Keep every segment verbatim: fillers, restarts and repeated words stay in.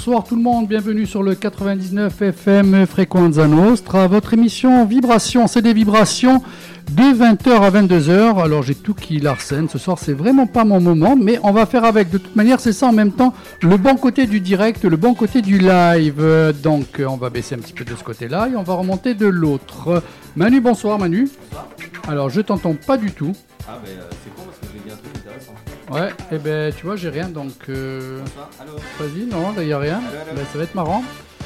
bonsoir tout le monde, bienvenue sur le quatre-vingt-dix-neuf F M Frequenza Nostra, votre émission Vibration, c'est des vibrations de vingt heures à vingt-deux heures. Alors j'ai tout qui l'arsène, ce soir c'est vraiment pas mon moment, mais on va faire avec. De toute manière c'est ça en même temps, le bon côté du direct, le bon côté du live. Donc on va baisser un petit peu de ce côté-là et on va remonter de l'autre. Manu, bonsoir Manu. Bonsoir. Alors je t'entends pas du tout. Ah ben euh, c'est con parce que j'ai dit un truc intéressant. Ouais, et ben tu vois j'ai rien donc... Euh... Allô. Vas-y, non là il n'y a rien, allô, allô. Ben, ça va être marrant.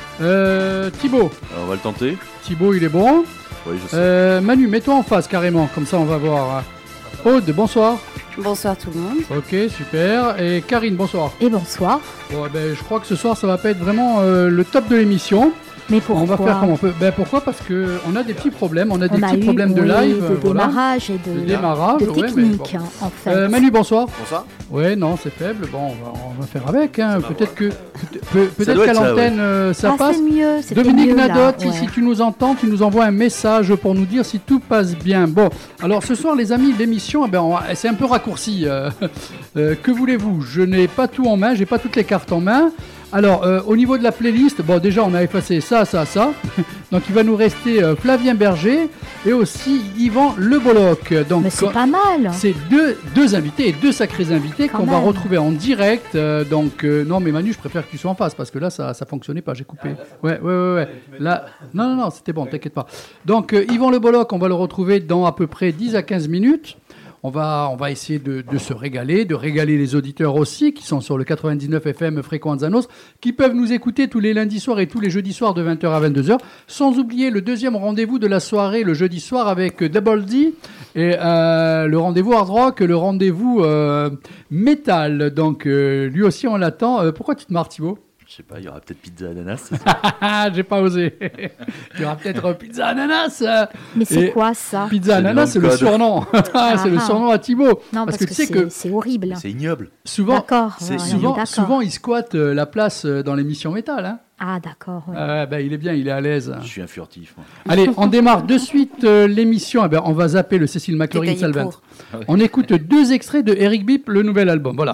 Euh, Thibaut. Alors, on va le tenter. Thibaut il est bon. Oui, je sais. Euh, Manu, mets-toi en face carrément, comme ça on va voir. Aude, bonsoir. Bonsoir tout le monde. Ok, super. Et Karine, bonsoir. Et bonsoir. Bon, ben, je crois que ce soir ça va pas être vraiment euh, le top de l'émission. Mais pourquoi ? On va faire comme on peut. Ben, pourquoi ? Parce qu'on a des petits problèmes, on a des on petits a eu, problèmes de oui, live. de voilà. démarrage et de, de, démarrage, de ouais, technique, mais bon. hein, en fait. Euh, Manu, bonsoir. Bonsoir. Ouais, non, c'est faible. Bon, on va, on va faire avec. Hein. Peut-être que, peut, peut-être doit qu'à être ça, l'antenne, ouais. euh, ça ah, passe. C'est mieux, c'était Dominique mieux, Nadotte, là, si ouais. tu nous entends, tu nous envoies un message pour nous dire si tout passe bien. Bon, alors ce soir, les amis, l'émission, eh ben, on va- c'est un peu raccourci. Euh, euh, que voulez-vous ? Je n'ai pas tout en main, j'ai pas toutes les cartes en main. Alors, euh, au niveau de la playlist, bon, déjà, on a effacé ça, ça, ça. Donc, il va nous rester euh, Flavien Berger et aussi Yvan Le Bolloc. Donc, Mais c'est pas mal. c'est deux, deux invités et deux sacrés invités Quand qu'on va même. retrouver en direct. Euh, donc, euh, non, mais Manu, je préfère que tu sois en face parce que là, ça ça fonctionnait pas. J'ai coupé. Ouais, ouais, ouais, ouais. Là, non, non, non, c'était bon, t'inquiète pas. Donc, euh, Yvan Le Bolloc, on va le retrouver dans à peu près dix à quinze minutes. On va, on va essayer de, de se régaler, de régaler les auditeurs aussi qui sont sur le quatre-vingt-dix-neuf F M Frequenza Nostra, qui peuvent nous écouter tous les lundis soirs et tous les jeudis soirs de vingt heures à vingt-deux heures. Sans oublier le deuxième rendez-vous de la soirée, le jeudi soir avec Double D et euh, le rendez-vous hard rock, le rendez-vous euh, métal. Donc euh, lui aussi on l'attend. Euh, pourquoi tu te marres, Thibaut ? Je sais pas, il y aura peut-être pizza ananas. Ah, j'ai pas osé. Il y aura peut-être pizza ananas. Mais c'est Et quoi ça ? Pizza C'est le ananas, nom c'est de le code. surnom. Ah, c'est le Ah. surnom à Thibaut. Non, parce, que, tu sais c'est, que c'est horrible. C'est ignoble. souvent, D'accord. c'est ouais, souvent, d'accord. souvent, il squatte euh, la place euh, dans l'émission métal. Hein. Ah, d'accord. ouais. Ah ouais, bah, il est bien, il est à l'aise. Je suis un furtif. Moi. Allez, on démarre de suite euh, l'émission. Eh ben, on va zapper le Cécile McLaurin Détaillé Salvant. pour. On écoute deux extraits de Eric Bipp, le nouvel album. Voilà.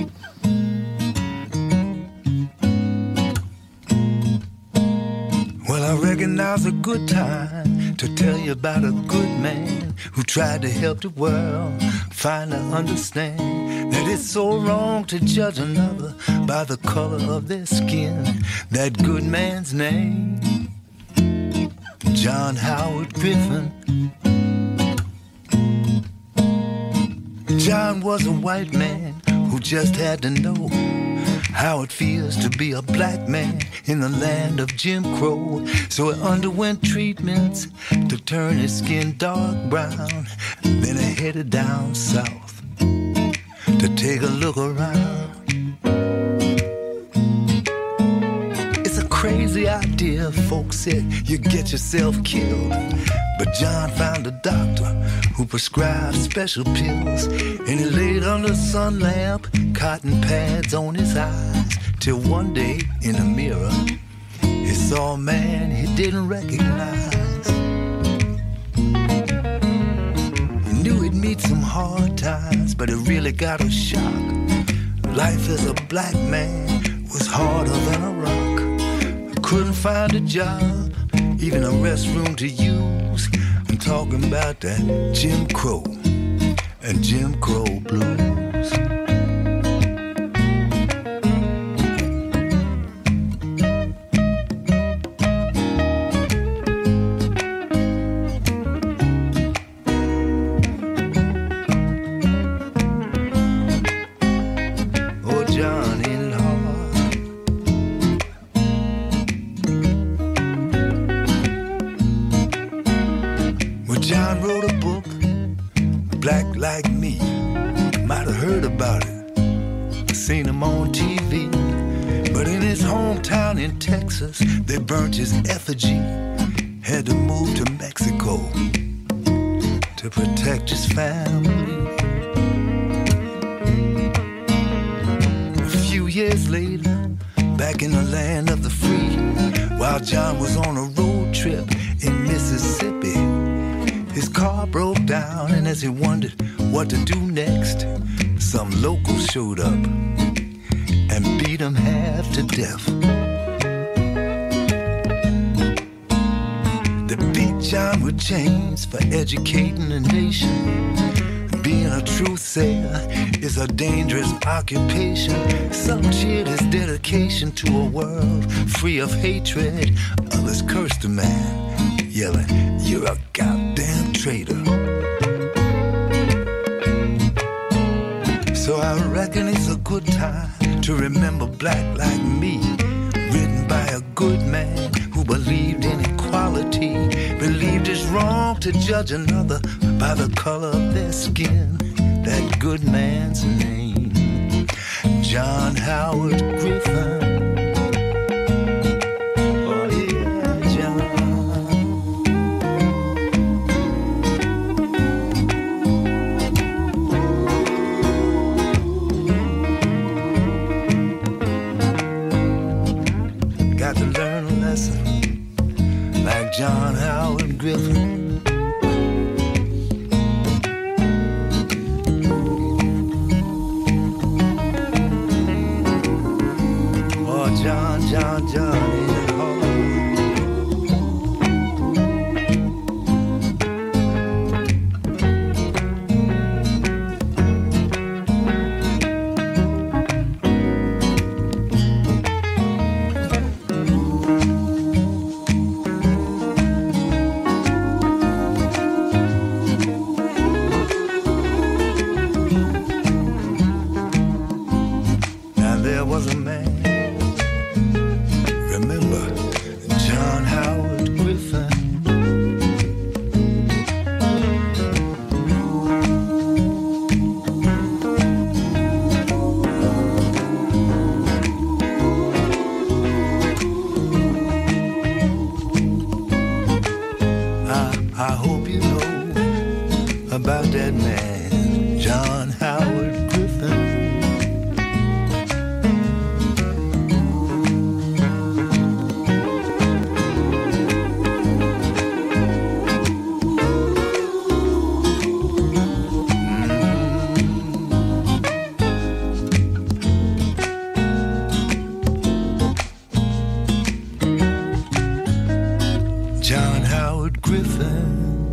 Well, I reckon now's a good time to tell you about a good man who tried to help the world finally understand that it's so wrong to judge another by the color of their skin. That good man's name, John Howard Griffin. John was a white man who just had to know how it feels to be a black man in the land of Jim Crow. So he underwent treatments to turn his skin dark brown. Then he headed down south to take a look around. It's a crazy idea, folks said, you get yourself killed. But John found a doctor who prescribed special pills, and he laid under the sun lamp, cotton pads on his eyes, till one day in a mirror he saw a man he didn't recognize. He knew he'd meet some hard times, but it really got a shock. Life as a black man was harder than a rock. Couldn't find a job, even a restroom to use. I'm talking about that Jim Crow and Jim Crow blues. Oh, Johnny Law. Well, John wrote a book, Black Like Me. Might have heard about it, seen him on T V. But in his hometown in Texas, they burnt his effigy. Had to move to Mexico to protect his family. A few years later, back in the land of the free, while John was on a road trip in Mississippi, his car broke down, and as he wondered what to do next, some locals showed up and beat them half to death. They beat John with chains for educating a nation. Being a truth sayer is a dangerous occupation. Some cheered his dedication to a world free of hatred. Others cursed the man, yelling, "You're a goddamn traitor." So I reckon it's a good time to remember Black Like Me, written by a good man who believed in equality, believed it's wrong to judge another by the color of their skin. That good man's name, John Howard Griffin. Oh yeah, John. Got to learn a lesson like John Howard Griffin. John, John, John, ain't it hard? Now there was a man. Remember John Howard Griffin. I, I hope you know about that man, John Howard Griffin. John Howard Griffin.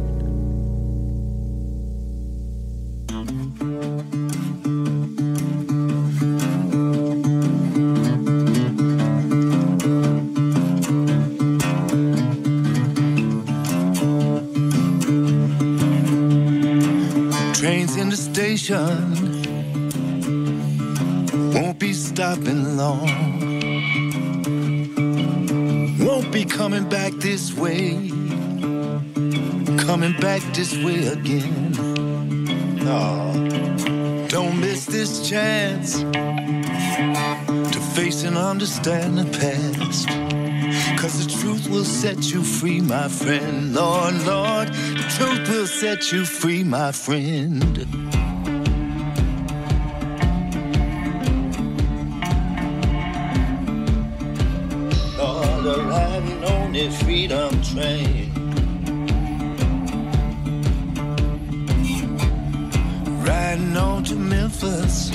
Trains in the station won't be stopping long. Won't be coming back this way, coming back this way again. No, don't miss this chance to face and understand the past. Cause the truth will set you free, my friend. Lord, Lord, the truth will set you free, my friend. Lord, arriving on the freedom train. Riding on to Memphis,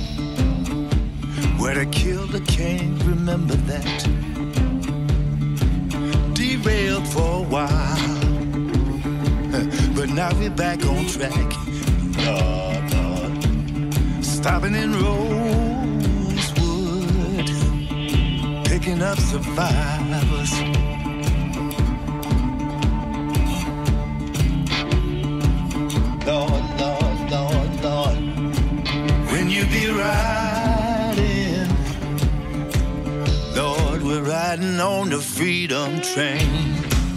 where they killed a king, remember that. Derailed for a while, but now we're back on track. Lord, Lord, stopping in Rosewood, picking up survivors. Lord, Lord, Lord, Lord, when you be riding, Lord, we're riding on the freedom train.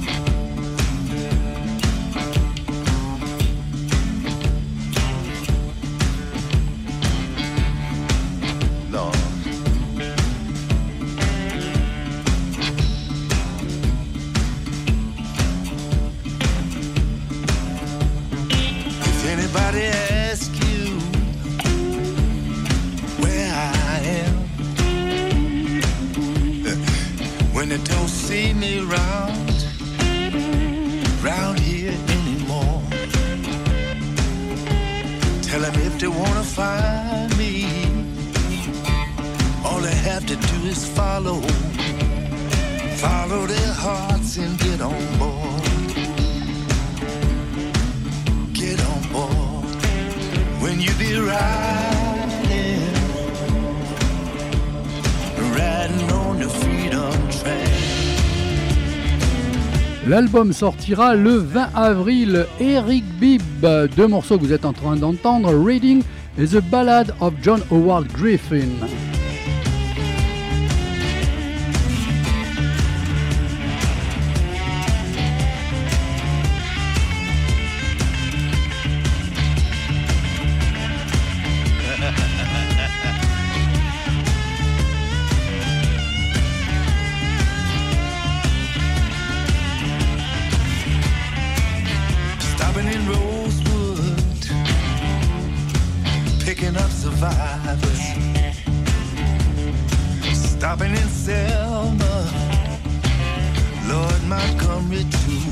Lord, if anybody asks you where I am, when they don't see me round, round here anymore, tell them if they wanna find me, all they is follow, follow their hearts and get on board. Get on board when you be riding, riding on the freedom train. L'album sortira le vingt avril. Eric Bibb, deux morceaux que vous êtes en train d'entendre, Reading et The Ballad of John Howard Griffin. Stopping in Selma, Lord Montgomery too.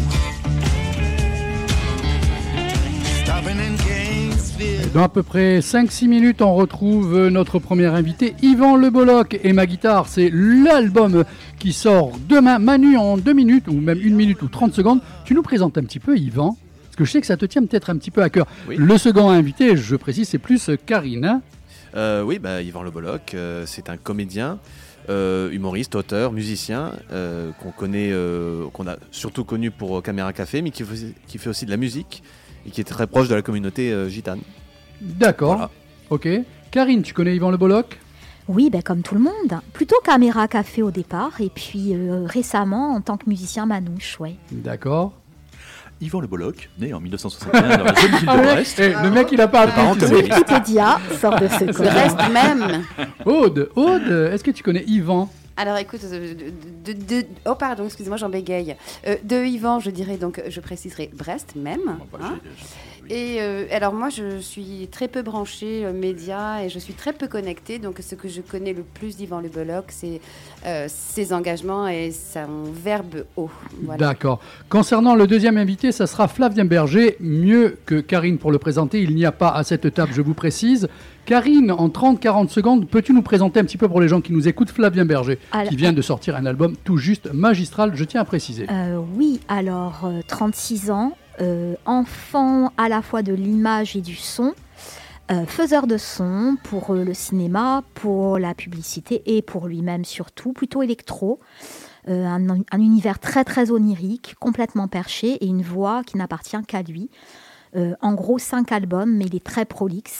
Stopping in Gainesville. Dans à peu près cinq six minutes, on retrouve notre premier invité, Yvan Le Bolloc et Ma Guitare. C'est l'album qui sort demain. Manu, en deux minutes, ou même une minute ou trente secondes, tu nous présentes un petit peu, Yvan, parce que je sais que ça te tient peut-être un petit peu à cœur. Oui. Le second invité, je précise, c'est plus Karine. Hein Euh, oui, bah, Yvan Le Bolloc, euh, c'est un comédien, euh, humoriste, auteur, musicien, euh, qu'on connaît, euh, qu'on a surtout connu pour Caméra Café, mais qui fait, qui fait aussi de la musique et qui est très proche de la communauté euh, gitane. D'accord, Voilà. ok. Karine, tu connais Yvan Le Bolloc ? Oui, ben comme tout le monde. Plutôt Caméra Café au départ, et puis euh, récemment en tant que musicien manouche, ouais. D'accord. Yvan Le Bolloc, né en dix-neuf cent soixante et un dans la jeune ville de Ah ouais, Brest. eh, le mec, il a pas Mes parents appris. comme Eric. Wikipédia sort de ce De corps. reste même. Aude, Aude, est-ce que tu connais Yvan ? Alors écoute, de, de, de, de- oh pardon, excusez-moi, j'en bégaye. Euh, de Yvan, je dirais donc, je préciserai Brest même. hein. Et euh, alors moi, je suis très peu branchée euh, médias et je suis très peu connectée. Donc ce que je connais le plus d'Yvan Le Bolloc, c'est euh, ses engagements et son verbe haut. Voilà. D'accord. Concernant le deuxième invité, ça sera Flavien Berger. Mieux que Karine pour le présenter, il n'y a pas à cette table, je vous précise. Karine, en trente à quarante secondes, peux-tu nous présenter un petit peu pour les gens qui nous écoutent Flavien Berger, Alors- qui vient de sortir un album tout juste magistral, je tiens à préciser. Euh, oui, alors euh, trente-six ans, euh, enfant à la fois de l'image et du son, euh, faiseur de son pour euh, le cinéma, pour la publicité et pour lui-même surtout, plutôt électro. Euh, un, un univers très très onirique, complètement perché et une voix qui n'appartient qu'à lui. Euh, en gros, cinq albums, mais il est très prolixe.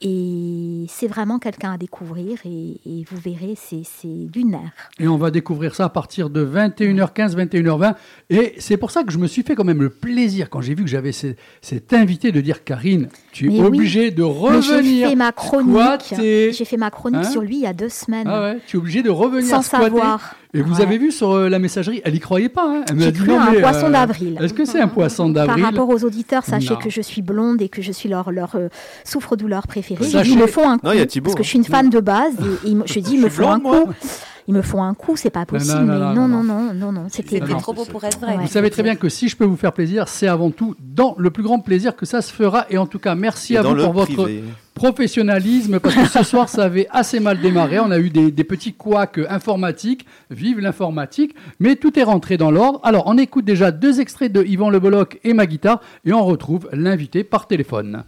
Et c'est vraiment quelqu'un à découvrir et, et vous verrez, c'est, c'est lunaire. Et on va découvrir ça à partir de vingt et une heures quinze, vingt et une heures vingt. Et c'est pour ça que je me suis fait quand même le plaisir, quand j'ai vu que j'avais ce- cet invité, de dire Karine, tu es Mais oui. obligée de Mais revenir j'ai fait ma chronique, squatter. j'ai fait ma chronique Hein sur lui il y a deux semaines. Ah ouais, tu es obligé de revenir Sans squatter. savoir. Et vous Ouais. avez vu sur euh, la messagerie, elle y croyait pas. Hein. Elle m'a J'ai dit, cru non, à un mais, poisson euh, d'avril. Est-ce que c'est un poisson Par d'avril? rapport aux auditeurs, sachez Non. que je suis blonde et que je suis leur, leur euh, souffre-douleur préférée. J'ai Sachez- dit, ils me font un coup, Non, il y a Thibaut, parce que hein. je suis une fan de base. Et, et ils me- je dis, ils me suis font un blonde, coup. Ils me font un coup, c'est pas possible. non, mais non, non, non, non, non, non, non. C'était C'était Non, trop beau pour être vrai. Ouais. Vous savez très bien que si je peux vous faire plaisir, c'est avant tout dans le plus grand plaisir que ça se fera. Et en tout cas, merci Et à dans vous le pour votre privé. professionnalisme, parce que ce soir, ça avait assez mal démarré. On a eu des, des petits couacs informatiques. Vive l'informatique. Mais tout est rentré dans l'ordre. Alors, on écoute déjà deux extraits de Yvan Le Bolloc et Ma Guitare. Et on retrouve l'invité par téléphone.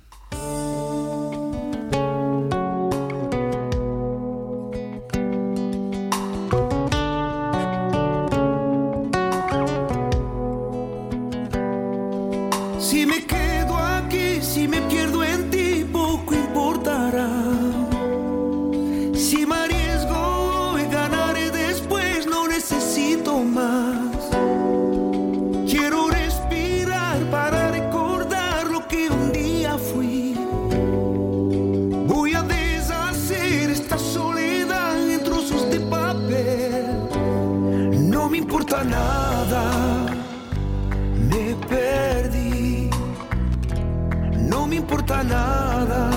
Si me quedo aquí, si me pierdo en ti, poco importará. Si me arriesgo hoy, ganaré después, no necesito más. Quiero respirar para recordar lo que un día fui. Voy a deshacer esta soledad en trozos de papel. No me importa nada. Me perdí, no me importa nada.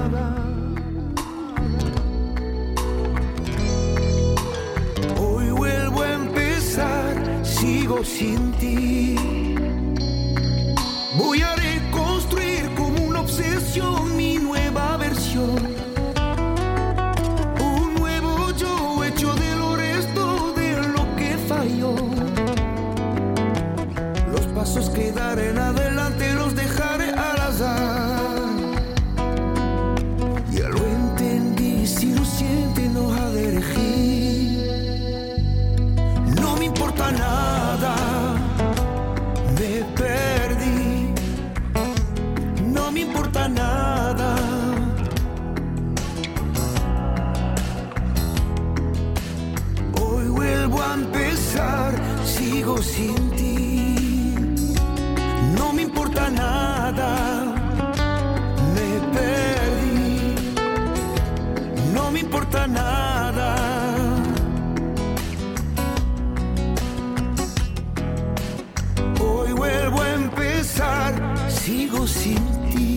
Hoy vuelvo a empezar, sigo sin ti. Voy a reconstruir como una obsesión mi nueva versión. Un nuevo yo hecho de lo sigo sin ti. No me importa nada, me perdí. No me importa nada. Hoy vuelvo a empezar, sigo sin ti.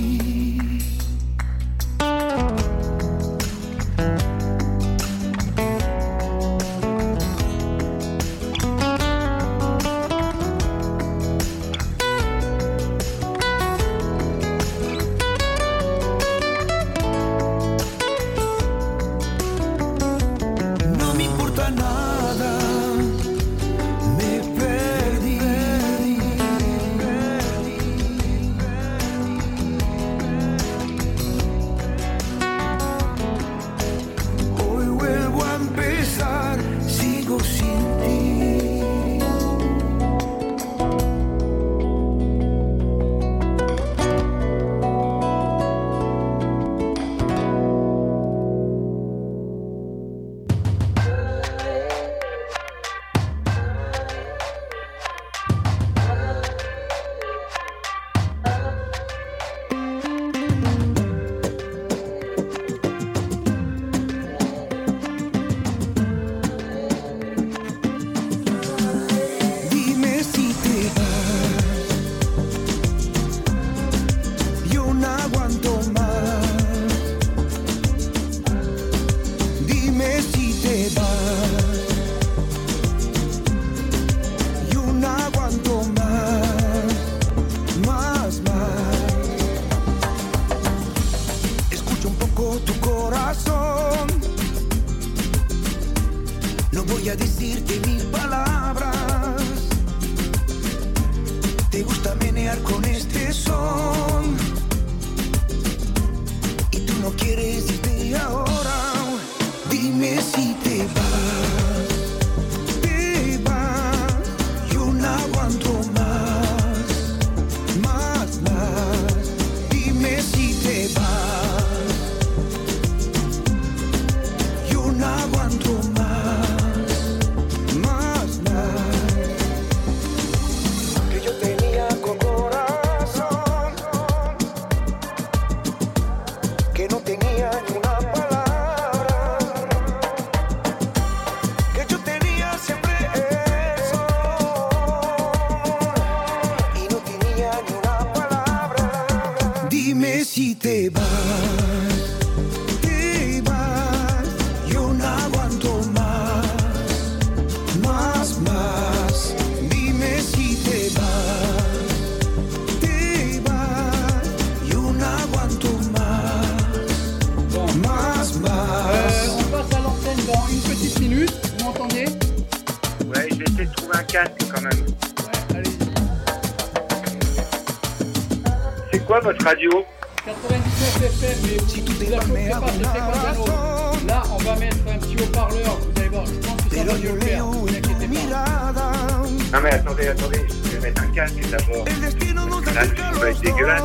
Radio quatre-vingt-dix-neuf F M, mais vous ne la chauffez pas, c'est très convenable. Là, on va mettre un petit haut-parleur, vous allez voir, je pense que ça va mieux le faire, ne vous inquiétez pas. Non mais attendez, attendez, je vais mettre un casque d'abord. Parce que là, ça va être dégueulasse.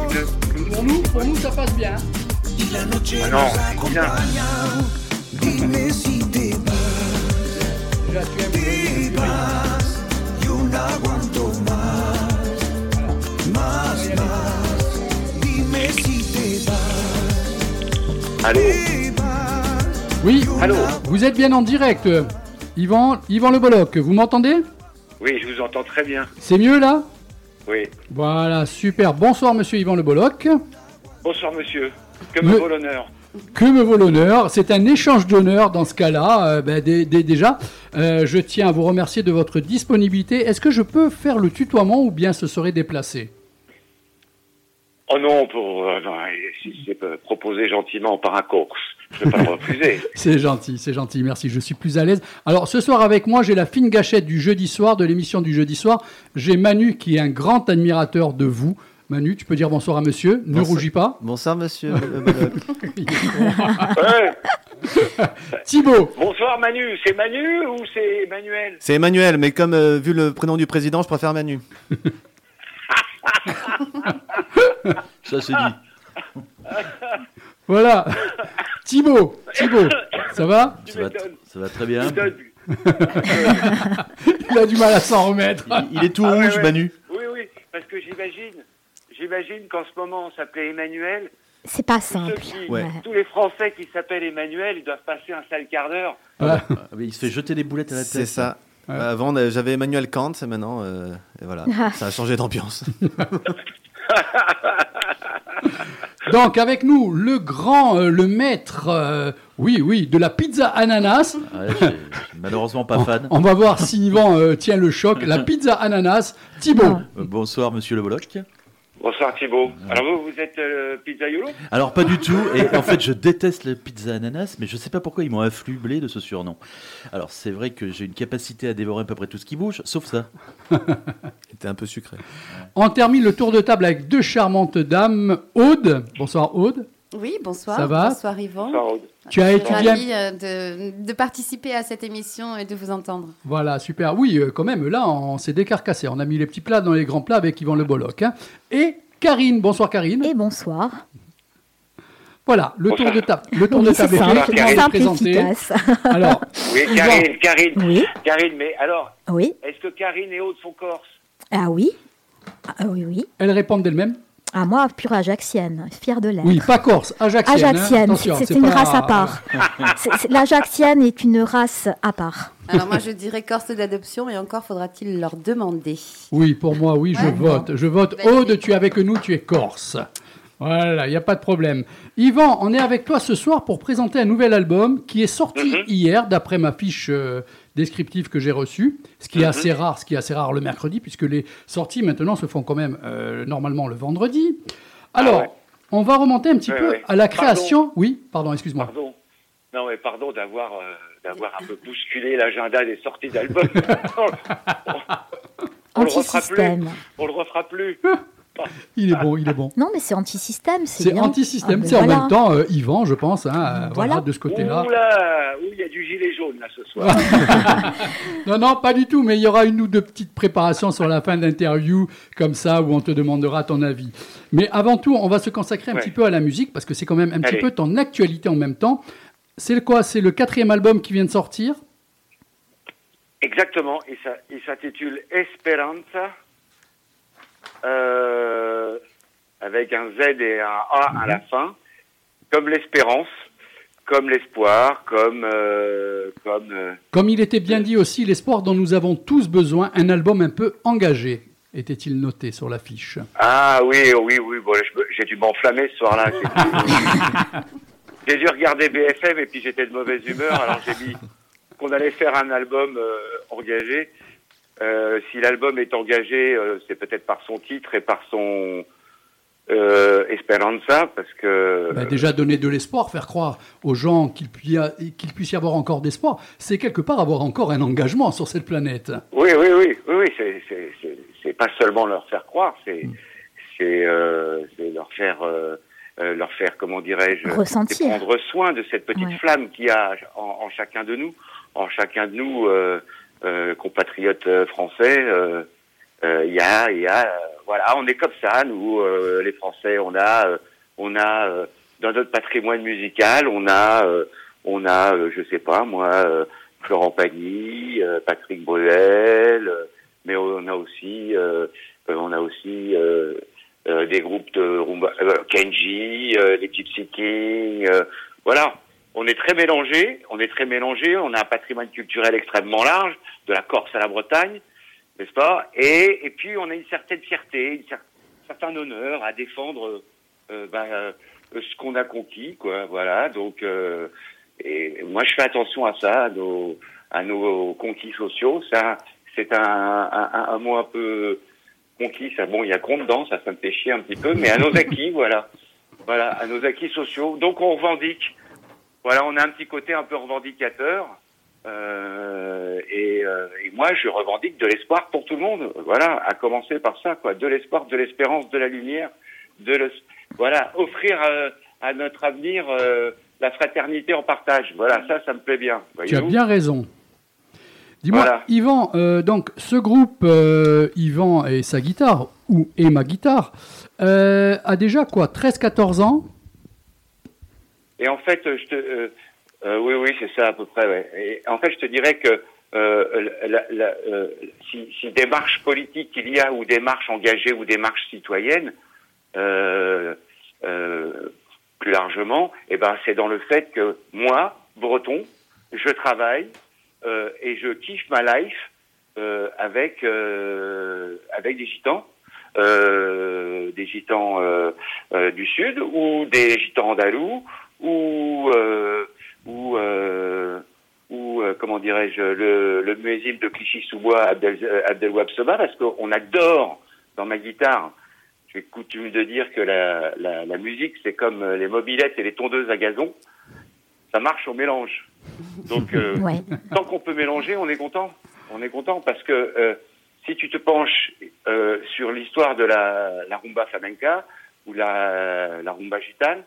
Pour nous, pour nous, ça passe bien. Ah non, c'est bien. Déjà, tu aimes le Allô ? Oui, allô. Vous êtes bien en direct. Yvan, Yvan Le Bolloc, vous m'entendez ? Oui, je vous entends très bien. C'est mieux là ? Oui. Voilà, super. Bonsoir monsieur Yvan Le Bolloc. Bonsoir monsieur. Que me, me vaut l'honneur ? Que me vaut l'honneur ? C'est un échange d'honneur dans ce cas-là. Euh, ben, d- d- déjà, euh, je tiens à vous remercier de votre disponibilité. Est-ce que je peux faire le tutoiement ou bien ce serait déplacé ? Oh non, pour, euh, non, si c'est proposé gentiment par un coach, je ne vais pas le refuser. C'est gentil, c'est gentil, merci, je suis plus à l'aise. Alors ce soir avec moi, j'ai la fine gâchette du jeudi soir, de l'émission du jeudi soir. J'ai Manu qui est un grand admirateur de vous. Manu, tu peux dire bonsoir à monsieur, ne bonsoir. Rougis pas. Bonsoir monsieur. Ouais. Thibaut. Bonsoir Manu, c'est Manu ou c'est Emmanuel ? C'est Emmanuel, mais comme euh, vu le prénom du président, je préfère Manu. Ça c'est dit. Voilà. Thibaut, Thibaut, ça va ? ça va, ça va très bien. Tu donnes, Il a du mal à s'en remettre. Il, il est tout Ah, rouge, ouais, ouais. Manu. Oui, oui, parce que j'imagine, j'imagine qu'en ce moment, on s'appelait Emmanuel. C'est pas Tous simple. ceux qui- Ouais. Tous les Français qui s'appellent Emmanuel, ils doivent passer un sale quart d'heure. Ouais. Ah, mais il se fait jeter des boulettes à la tête. C'est ça. Ouais. Euh, Avant, on a- j'avais Emmanuel Kant, et maintenant, euh, et voilà, ça a changé d'ambiance. Donc avec nous, le grand, euh, le maître, euh, oui, oui, de la pizza ananas. Ouais, j'ai- j'ai malheureusement pas fan. On va voir si Yvan euh, tient le choc. La pizza ananas, Thibaut. Non. Euh, bonsoir, monsieur Le Bolloc. Bonsoir Thibaut. Alors vous, vous êtes euh, pizzaiolo? Alors, pas du tout. Et en fait, je déteste les pizzas ananas, mais je sais pas pourquoi ils m'ont affublé de ce surnom. Alors, c'est vrai que j'ai une capacité à dévorer à peu près tout ce qui bouge, sauf ça. C'était un peu sucré. On termine le tour de table avec deux charmantes dames. Aude. Bonsoir Aude. Oui, bonsoir. Ça va Bonsoir Yvan. Bonsoir, Aude. Tu as Je été suis bien. ravie euh, de, de participer à cette émission et de vous entendre. Voilà, super. Oui, euh, quand même, là, on s'est décarcassé. On a mis les petits plats dans les grands plats avec Yvan Le Bolloc. hein. Et Karine. Bonsoir Karine. Et bonsoir. Voilà, le tour Bonsoir. de table. Le tour Oui, de c'est table est simple, fait. Je vais vous simple et présenter. efficace. Alors, Oui, Karine, Karine, Oui, Karine, mais alors, oui. est-ce que Karine et Aude sont corses? Ah oui. Ah oui, oui. elles répondent d'elles-mêmes. Ah moi, pure ajaxienne, fière de l'être. Oui, pas corse, ajaxienne. hein. Ajaxienne, Attention, c'est c'est c'est une pas- race à part. C'est- c'est- L'Ajaxienne est une race à part. Alors moi je dirais Corse d'adoption et encore faudra-t-il leur demander. Oui, pour moi, oui, je Ouais. vote. Je vote. Validé. Aude, tu es avec nous, tu es corse. Voilà, il n'y a pas de problème. Yvan, on est avec toi ce soir pour présenter un nouvel album qui est sorti Mhm. hier, d'après ma fiche euh, descriptive que j'ai reçue, ce qui est assez rare, ce qui est assez rare le mercredi, puisque les sorties maintenant se font quand même euh, normalement le vendredi. Alors, Ah ouais. on va remonter un petit Ouais, peu ouais. à la création. Oui, pardon, excuse-moi. Pardon. Non, mais pardon d'avoir euh, d'avoir un peu bousculé l'agenda des sorties d'albums. on le refera plus. Anti-système. On le refera plus. Il est bon, il est bon. Non, mais c'est anti-système, c'est C'est bien. anti-système, Ah, ben c'est en voilà. même temps euh, Yvan, je pense, hein, euh, voilà. Voilà. de ce côté-là. Ouh là, ouh, il y a du gilet jaune là ce soir. Non, non, pas du tout, mais il y aura une ou deux petites préparations sur la fin d'interview, comme ça, où on te demandera ton avis. Mais avant tout, on va se consacrer un Ouais. petit peu à la musique, parce que c'est quand même un petit Allez. peu ton actualité en même temps. C'est le quoi? C'est le quatrième album qui vient de sortir? Exactement, il s'a- il s'intitule Esperanza, euh, avec un Z et un A à la fin, comme l'espérance, comme l'espoir, comme... euh, comme euh, Comme il était bien dit aussi, l'espoir dont nous avons tous besoin, un album un peu engagé, était-il noté sur l'affiche. Ah oui, oui, oui, bon, je me- j'ai dû m'enflammer ce soir-là. J'ai dû regarder B F M et puis j'étais de mauvaise humeur, alors j'ai dit qu'on allait faire un album euh, engagé. Euh, si l'album est engagé, euh, c'est peut-être par son titre et par son euh, Esperanza, parce que... Bah, déjà donner de l'espoir, faire croire aux gens qu'il puis y a- qu'il puisse y avoir encore d'espoir, c'est quelque part avoir encore un engagement sur cette planète. Oui, oui, oui, oui, oui, c'est, c'est, c'est, c'est pas seulement leur faire croire, c'est, c'est, euh, c'est leur faire, euh, euh, leur faire, comment dirais-je, Ressentir. c'est prendre soin de cette petite Ouais. flamme qu'il y a en, en chacun de nous, en chacun de nous, euh, euh, compatriotes euh, français. euh, euh, Il y a, il y a, euh, voilà, on est comme ça, nous, euh, les Français, on a, euh, on a euh, dans notre patrimoine musical, on a, euh, on a, euh, je sais pas, moi. Euh, Florent Pagny, euh, Patrick Bruel, euh, mais on a aussi, euh, euh, on a aussi euh, euh, des groupes de rumba, euh, Kenji, euh, les Gypsy Kings, euh, voilà. On est très mélangés, on est très mélangés, on a un patrimoine culturel extrêmement large, de la Corse à la Bretagne, n'est-ce pas? Et, et puis on a une certaine fierté, une cer- un certain honneur à défendre euh, ben, euh, ce qu'on a conquis, quoi. Voilà, donc. Euh, Et moi, je fais attention à ça, à nos, à nos conquis sociaux. Ça, c'est un, un, un mot un peu conquis. Ça, bon, il y a con dedans, ça, ça me fait chier un petit peu, mais à nos acquis, voilà, voilà, à nos acquis sociaux. Donc, on revendique. Voilà, on a un petit côté un peu revendicateur. Euh, et, euh, et moi, je revendique de l'espoir pour tout le monde. Voilà, à commencer par ça, quoi, de l'espoir, de l'espérance, de la lumière, de le, voilà, offrir euh, à notre avenir. Euh, la fraternité en partage. Voilà, ça, ça me plaît bien. Tu as voyez-vous. bien raison. Dis-moi, Voilà. Yvan, euh, donc ce groupe, euh, Yvan et sa guitare, ou et ma guitare, euh, a déjà quoi, treize quatorze ans? Et en fait, je te, euh, euh, oui, oui, c'est ça à peu près. Ouais. Et en fait, je te dirais que euh, la, la, euh, si, si démarche politique il y a, ou démarche engagée, ou démarche citoyenne, euh, euh, plus largement, eh ben, c'est dans le fait que moi, breton, je travaille euh, et je kiffe ma life euh, avec euh, avec des gitans, euh, des gitans euh, euh, du sud, ou des gitans andalous, ou euh, ou euh, ou euh, comment dirais-je, le, le muezzin de Clichy-sous-Bois, Abdel, euh, Abdelwahab Soba, parce qu'on adore dans ma guitare. J'ai coutume de dire que la, la, la musique, c'est comme les mobylettes et les tondeuses à gazon. Ça marche au mélange. Donc, euh, ouais. Tant qu'on peut mélanger, on est content. On est content parce que euh, si tu te penches euh, sur l'histoire de la, la rumba flamenca ou la, la rumba gitane,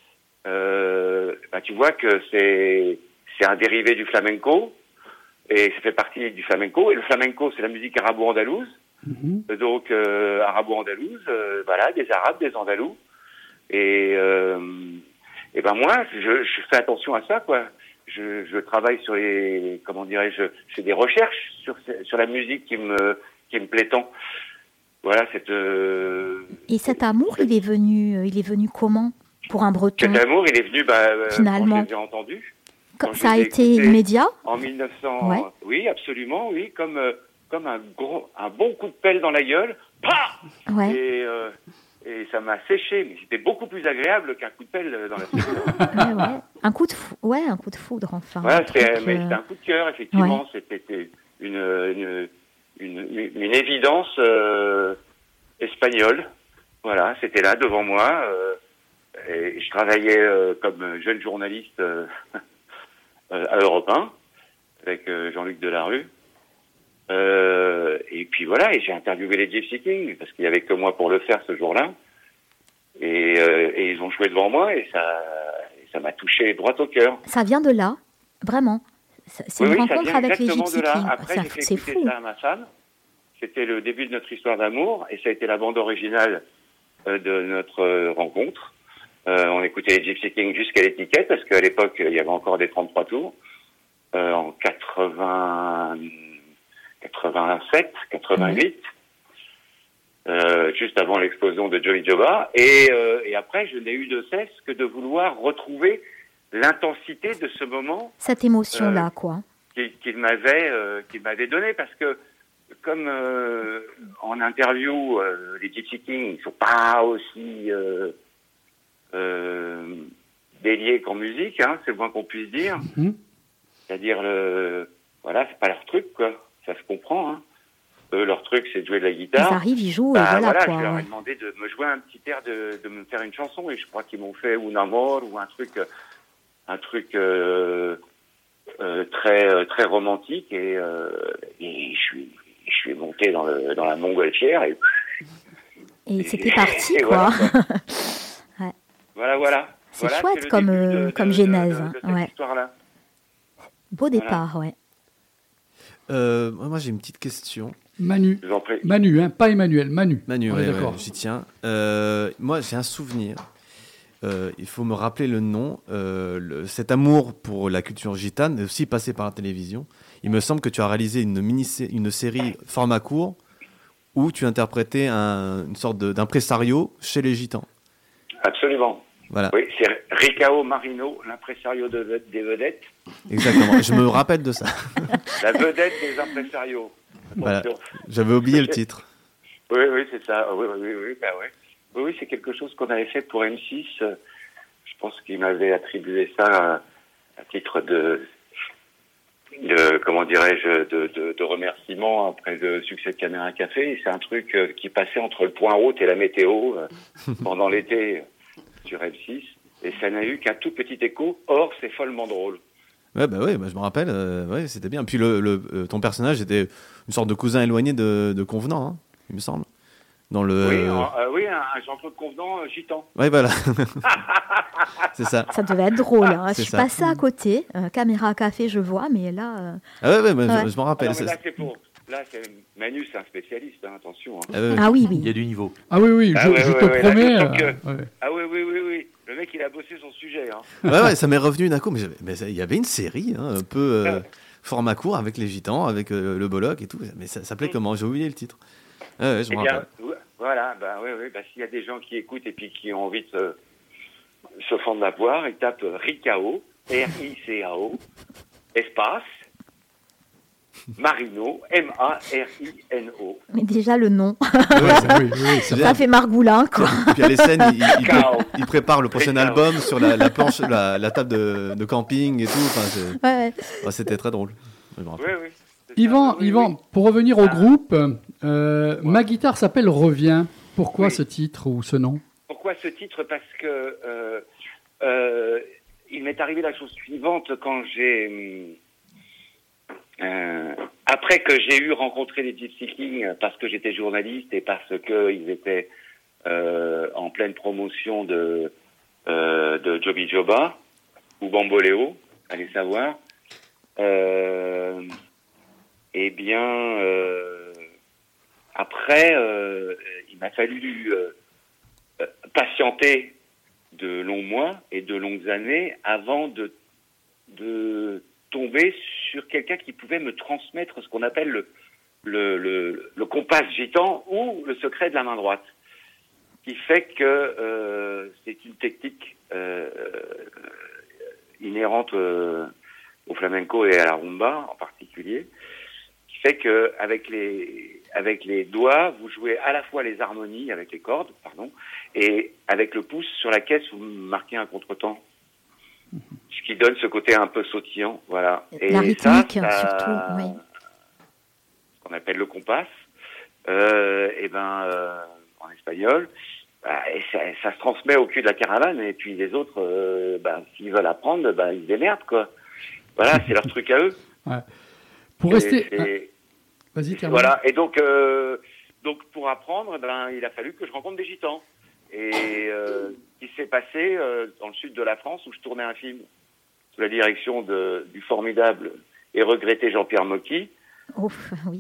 euh, bah, tu vois que c'est, c'est un dérivé du flamenco et ça fait partie du flamenco. Et le flamenco, c'est la musique arabo-andalouse. Mm-hmm. Donc euh, arabo-andalouse, euh, voilà, des Arabes, des Andalous, et euh, et ben moi, je, je fais attention à ça, quoi. Je, je travaille sur les, comment dirais-je, je fais des recherches sur sur la musique qui me qui me plaît tant. Voilà, cette. Euh, et cet amour, cette... il est venu, il est venu comment pour un Breton? Cet amour, il est venu, bah, finalement. Quand je l'ai entendu. Quand ça a été immédiat. En mille neuf cents. Ouais. Oui, absolument, oui, comme. Euh, comme un gros, un bon coup de pelle dans la gueule, pah ouais. et, euh, et ça m'a séché, mais c'était beaucoup plus agréable qu'un coup de pelle dans la figure. ouais, ouais. Un coup de fou, ouais, un coup de foudre, enfin. Voilà, c'était, mais c'était un coup de cœur, effectivement, ouais. C'était une, une, une, une, une évidence euh, espagnole. Voilà, c'était là devant moi. Euh, et je travaillais euh, comme jeune journaliste euh, à Europe un avec euh, Jean-Luc Delarue. Euh, et puis voilà, et j'ai interviewé les Gypsy Kings parce qu'il y avait que moi pour le faire ce jour-là, et, euh, et ils ont joué devant moi et ça, et ça m'a touché droit au cœur. Ça vient de là, vraiment. C'est oui, une oui, rencontre avec les Gypsy Kings. Après, ça, j'ai fait écouter fou. ça à ma femme. C'était le début de notre histoire d'amour et ça a été la bande originale euh, de notre euh, rencontre. Euh, on écoutait les Gypsy Kings jusqu'à l'étiquette parce qu'à l'époque il y avait encore des trente-trois tours euh, en quatre-vingts. quatre-vingt-sept, quatre-vingt-huit, mmh. euh, juste avant l'explosion de Joey Joba, et, euh, et après je n'ai eu de cesse que de vouloir retrouver l'intensité de ce moment. Cette émotion-là, euh, quoi. Qu'il, qu'il m'avait, euh, qu'il m'avait donné, parce que comme euh, en interview, euh, les Gypsy Kings ne sont pas aussi euh, euh, déliés qu'en musique, hein, c'est le moins qu'on puisse dire. Mmh. C'est-à-dire, le, voilà, c'est pas leur truc, quoi. Ça se comprend, hein. Eux, leur truc, c'est de jouer de la guitare. Ils arrivent, ils jouent, bah, et voilà, voilà quoi. Je leur ai ouais. demandé de me jouer un petit air, de, de me faire une chanson, et je crois qu'ils m'ont fait Un Amor, ou un truc, un truc euh, euh, très très romantique, et, euh, et je suis je suis monté dans le dans la montgolfière, et et, et c'était parti, quoi. Voilà, quoi. ouais. voilà, voilà. C'est voilà, chouette c'est comme de, comme de, genèse, de, de, de cette ouais. histoire-là. Beau départ, voilà. ouais. Euh, moi, j'ai une petite question. Manu. Manu, hein, pas Emmanuel, Manu. Manu, ouais, d'accord. Ouais, j'y tiens. Euh, moi, j'ai un souvenir. Euh, il faut me rappeler le nom. Euh, le, cet amour pour la culture gitane est aussi passé par la télévision. Il me semble que tu as réalisé une, mini- une série format court où tu interprétais un, une sorte de, d'impresario chez les gitans. Absolument. Voilà. Oui, c'est Ricao Marino, l'impresario de, des vedettes. Exactement, je me rappelle de ça. La vedette des impresarios. Voilà. J'avais oublié le titre. Oui, oui, c'est ça. Oui, oui, oui, bah ouais. oui, oui, c'est quelque chose qu'on avait fait pour M six. Je pense qu'il m'avait attribué ça à, à titre de, de comment dirais-je, de, de, de remerciement après le succès de Caméra Café. Et c'est un truc qui passait entre le point haute et la météo pendant l'été sur M six, et ça n'a eu qu'un tout petit écho. Or, c'est follement drôle. Ouais, bah ouais, bah je me rappelle. Euh, ouais, c'était bien. Puis le, le, euh, ton personnage était une sorte de cousin éloigné de, de Convenant, hein, il me semble. Dans le. Oui, euh, oui, un, un Jean-Claude Convenant euh, gitan. Ouais, voilà. C'est ça. Ça devait être drôle. Hein. C'est je suis ça. passée à côté. Euh, caméra café, je vois, mais là. Euh... Ah ouais, ouais, bah, ouais. Je, je m'en rappelle. Alors, là, c'est pour. Là, c'est... Manu, c'est un spécialiste, hein, attention. Hein. Ah, ouais, ouais. ah oui, oui. Il y a du niveau. Ah oui, oui, je, ah, ouais, je ouais, te ouais, promets. Là, euh, que... ouais. Ah oui, oui, oui, oui. Le mec, il a bossé son sujet. Hein. Ouais, ouais, ça m'est revenu d'un coup. Mais, mais il y avait une série, hein, un peu. Euh... format court avec les gitans, avec euh, le bollock et tout. Mais ça s'appelait comment? J'ai oublié le titre. Ah ouais, je Eh me bien, rappelle. voilà, bah, oui, oui, bah, s'il y a des gens qui écoutent et puis qui ont envie de se, se fendre la poire, ils tapent Ricao, R I C A O, espace, Marino, M A R I N O. Mais déjà le nom, Ouais, ça, oui, oui, c'est ça fait Margoulin, quoi. Et puis à les scènes, il, il, Cao. il prépare le prochain Cao. album sur la, la planche, la, la table de, de camping et tout. Enfin, c'est- Ouais, ouais. ouais, c'était très drôle. Je me rappelle. Oui, oui. c'est ça, Yvan, oui, Yvan, oui. pour revenir au Ah. groupe, euh, ma guitare s'appelle Reviens. Pourquoi Oui. ce titre ou ce nom? Pourquoi ce titre? Parce que euh, euh, il m'est arrivé la chose suivante quand j'ai... Euh, après que j'ai eu rencontré les Gypsy Kings, parce que j'étais journaliste et parce qu'ils étaient euh, en pleine promotion de, euh, de Joby Joba ou Bamboléo, allez savoir, euh, eh bien, euh, après, euh, il m'a fallu euh, euh, patienter de longs mois et de longues années avant de, de tomber sur quelqu'un qui pouvait me transmettre ce qu'on appelle le, le, le, le compas gitan ou le secret de la main droite, qui fait que euh, c'est une technique euh, inhérente euh, au flamenco et à la rumba en particulier, qui fait que avec les avec les doigts vous jouez à la fois les harmonies avec les cordes, pardon, et avec le pouce sur la caisse vous marquez un contretemps. Ce qui donne ce côté un peu sautillant, voilà. Et La rythmique, ça, ça, surtout, oui. Ce qu'on appelle le compas, euh, et ben, euh, en espagnol, bah, et ça, ça se transmet au cul de la caravane, et puis les autres, euh, bah, s'ils veulent apprendre, bah, ils se démerdent, quoi. Voilà, c'est leur truc à eux. Ouais. Pour Et rester. c'est- Ah, vas-y, termine. Voilà, et donc, euh, donc pour apprendre, ben, il a fallu que je rencontre des gitans. Et euh, qui s'est passé euh, dans le sud de la France où je tournais un film sous la direction de, du formidable et regretté Jean-Pierre Mocky. Ouf, oui.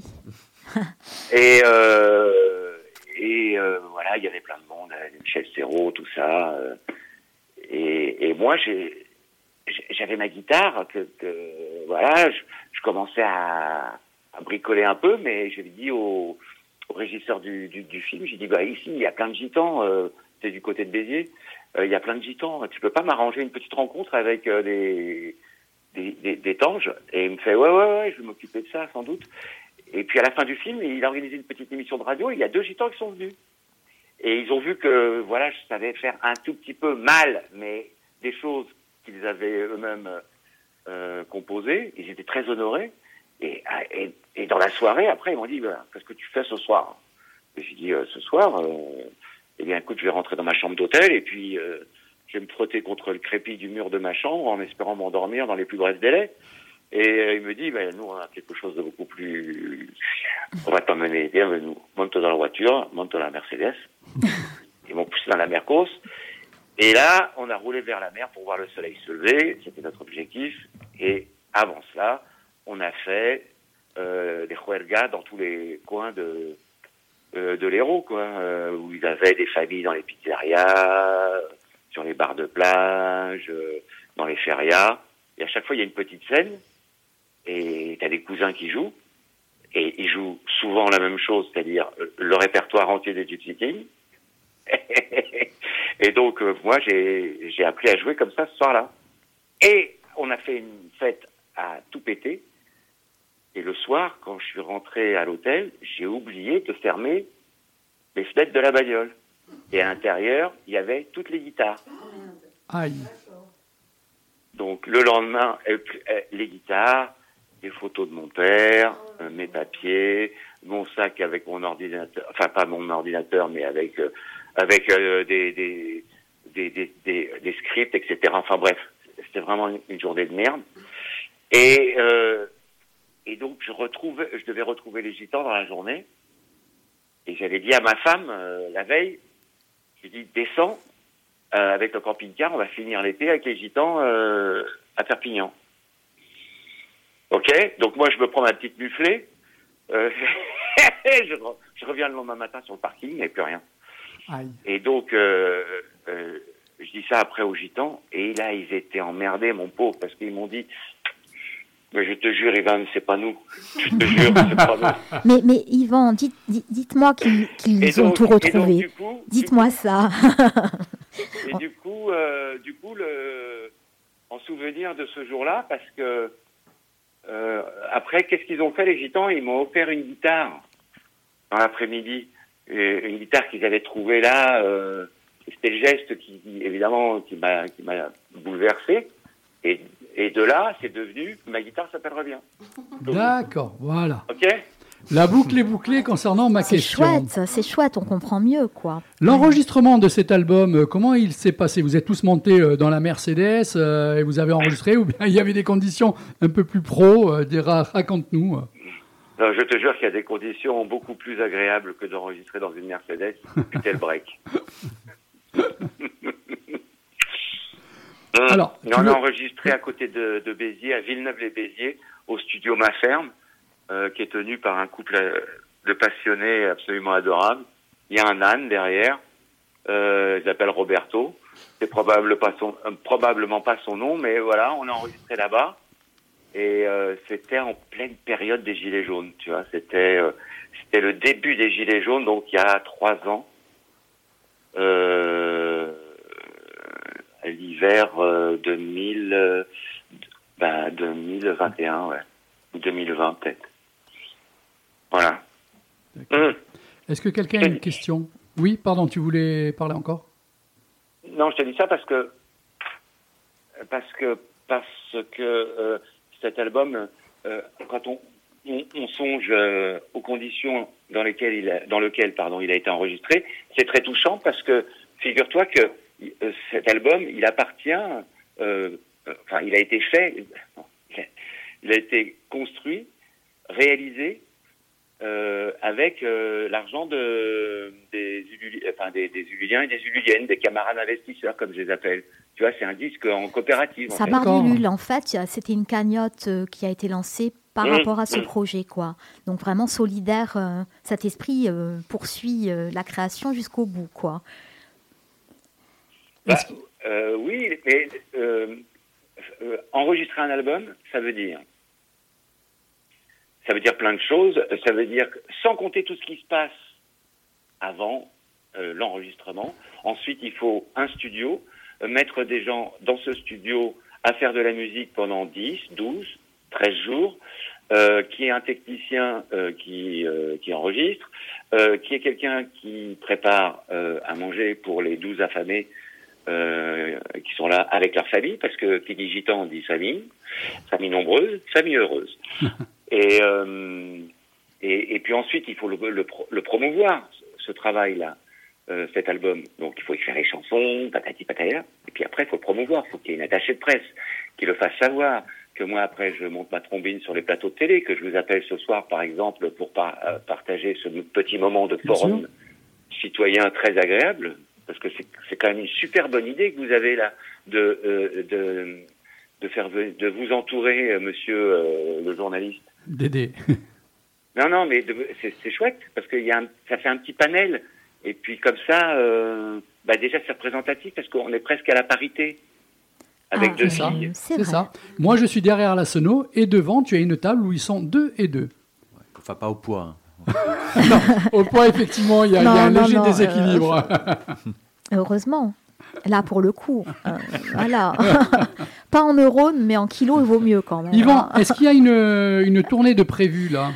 Et, euh, et euh, voilà, il y avait plein de monde, euh, Michel Serrault, tout ça. euh, et, et moi, j'ai, j'ai- j'avais ma guitare, que, que voilà, je, je commençais à, à bricoler un peu, mais je lui dis au, au régisseur du, du, du film, j'ai dit, bah ici, il y a plein de gitans, euh, c'est du côté de Béziers, euh, il y a plein de gitans, tu peux pas m'arranger une petite rencontre avec euh, des, des, des, des tanges? Et il me fait, ouais, ouais, ouais, je vais m'occuper de ça, sans doute. Et puis à la fin du film, il a organisé une petite émission de radio, et il y a deux gitans qui sont venus. Et ils ont vu que, voilà, je savais faire un tout petit peu mal, mais des choses qu'ils avaient eux-mêmes euh, composées. Ils étaient très honorés. Et, et, et dans la soirée, après, ils m'ont dit, bah, qu'est-ce que tu fais ce soir? Et j'ai dit, euh, ce soir, euh, eh bien, écoute, je vais rentrer dans ma chambre d'hôtel, et puis euh, je vais me frotter contre le crépi du mur de ma chambre en espérant m'endormir dans les plus brefs délais. Et euh, il me dit, ben, nous, on a quelque chose de beaucoup plus... On va t'emmener, viens avec nous. Monte dans la voiture, monte dans la Mercedes. Ils m'ont poussé dans la Mercos. Et là, on a roulé vers la mer pour voir le soleil se lever. C'était notre objectif. Et avant cela, on a fait euh, des juergas dans tous les coins de, euh, de l'Hérault, quoi, euh, où ils avaient des familles dans les pizzerias, sur les bars de plage, euh, dans les férias. Et à chaque fois, il y a une petite scène. Et t'as des cousins qui jouent. Et ils jouent souvent la même chose, c'est-à-dire le répertoire entier des Gypsy Kings. Et donc, euh, moi, j'ai, j'ai appris à jouer comme ça ce soir-là. Et on a fait une fête à tout péter. Et le soir, quand je suis rentré à l'hôtel, j'ai oublié de fermer les fenêtres de la bagnole. Et à l'intérieur, il y avait toutes les guitares. Aïe. Donc, le lendemain, euh, euh, les guitares, des photos de mon père, euh, mes papiers, mon sac avec mon ordinateur, enfin pas mon ordinateur, mais avec euh, avec euh, des, des, des, des, des, des scripts, et cetera. Enfin bref, c'était vraiment une, une journée de merde. Et, euh, et donc je retrouvais, je devais retrouver les gitans dans la journée. Et j'avais dit à ma femme euh, la veille, j'ai dit descends euh, avec le camping-car, on va finir l'été avec les gitans euh, à Perpignan. Ok, donc moi je me prends ma petite bufflée, euh, je, re, je reviens le lendemain matin sur le parking, il n'y avait plus rien. Aïe. Et donc euh, euh, je dis ça après aux gitans, et là ils étaient emmerdés, mon pauvre, parce qu'ils m'ont dit, Mais je te jure, Ivan, c'est pas nous. Je te jure, c'est pas nous. Mais, mais Yvan, dites, dites, dites-moi qu'ils, qu'ils Et ont donc- tout et donc, retrouvé. du coup- Dites-moi ça. Et du coup, euh, du coup, le, en souvenir de ce jour-là, parce que euh, après, qu'est-ce qu'ils ont fait les Gitans? Ils m'ont offert une guitare dans l'après-midi, et une guitare qu'ils avaient trouvée là. Euh, c'était le geste qui, évidemment, qui m'a, qui m'a bouleversé. Et, et de là, c'est devenu ma guitare s'appelle Revient. D'accord, voilà. Ok. La boucle est bouclée concernant ma C'est question. chouette, c'est chouette, on comprend mieux, quoi. L'enregistrement de cet album, euh, comment il s'est passé? Vous êtes tous montés euh, dans la Mercedes euh, et vous avez enregistré, ou bien il y avait des conditions un peu plus pro euh, des ra- Raconte-nous. Non, je te jure qu'il y a des conditions beaucoup plus agréables que d'enregistrer dans une Mercedes. C'était le break. Hum. Alors, Et tu on veux- a enregistré à côté de, de Béziers, à Villeneuve-les-Béziers, au studio Ma Ferme, euh, qui est tenu par un couple euh, de passionnés absolument adorables. Il y a un âne derrière, euh, il s'appelle Roberto. C'est probable pas son, euh, probablement pas son nom, mais voilà, on a enregistré là-bas. Et euh, c'était en pleine période des Gilets jaunes, tu vois. C'était, euh, c'était le début des Gilets jaunes, donc il y a trois ans. Euh, l'hiver euh, deux mille, euh, bah, deux mille vingt et un, ouais. Ou deux mille vingt peut-être. Voilà. Hum. Est-ce que quelqu'un a une question? Oui, pardon, tu voulais parler encore? Non, je te dis ça parce que parce que parce que euh, cet album, euh, quand on, on, on songe euh, aux conditions dans lesquelles il a, dans lequel pardon il a été enregistré, c'est très touchant parce que figure-toi que euh, cet album, il appartient, euh, euh, enfin il a été fait, il a été construit, réalisé. Euh, avec euh, l'argent de, des, Ululi- enfin, des, des Ululiens et des Ululiennes, des camarades investisseurs, comme je les appelle. Tu vois, c'est un disque en coopérative. Ça en fait. part d'Ulule, en fait, il y a- c'était une cagnotte euh, qui a été lancée par Mmh, rapport à ce mmh. projet, quoi. Donc vraiment solidaire, euh, cet esprit euh, poursuit euh, la création jusqu'au bout, quoi. Bah, euh, oui, mais euh, euh, enregistrer un album, ça veut dire... Ça veut dire plein de choses. Ça veut dire, que, sans compter tout ce qui se passe avant euh, l'enregistrement. Ensuite, il faut un studio, euh, mettre des gens dans ce studio à faire de la musique pendant dix, douze, treize jours, euh, qui est un technicien euh, qui, euh, qui enregistre, euh, qui est quelqu'un qui prépare euh, à manger pour les douze affamés euh, qui sont là avec leur famille, parce que qui dit gitan dit famille, famille nombreuse, famille heureuse. Et, euh, et, et puis ensuite, il faut le, le, le promouvoir, ce travail-là, euh, cet album. Donc, il faut écrire les chansons, patati pataya. Et puis après, il faut le promouvoir. Il faut qu'il y ait une attachée de presse qui le fasse savoir. Que moi, après, je monte ma trombine sur les plateaux de télé, que je vous appelle ce soir, par exemple, pour par, euh, partager ce petit moment de forum citoyen très agréable. Parce que c'est, c'est quand même une super bonne idée que vous avez là, de, euh, de, de faire, de vous entourer, euh, monsieur euh, le journaliste. Dédé. Non, non, mais de, c'est, c'est chouette, parce que y a un, ça fait un petit panel. Et puis comme ça, euh, bah déjà c'est représentatif, parce qu'on est presque à la parité. Avec Ah, deux C'est ça, filles. c'est c'est vrai. ça. Moi, je suis derrière la sono et devant, tu as une table où ils sont deux et deux. Enfin, pas au poids. hein. Au point, effectivement, il y a, il y a Non, un non, léger non, déséquilibre. Heureusement. Là, pour le coup, euh, voilà. Pas en neurones, mais en kilos, il vaut mieux quand même. Yvan, hein. est-ce qu'il y a une, une tournée de prévue, là?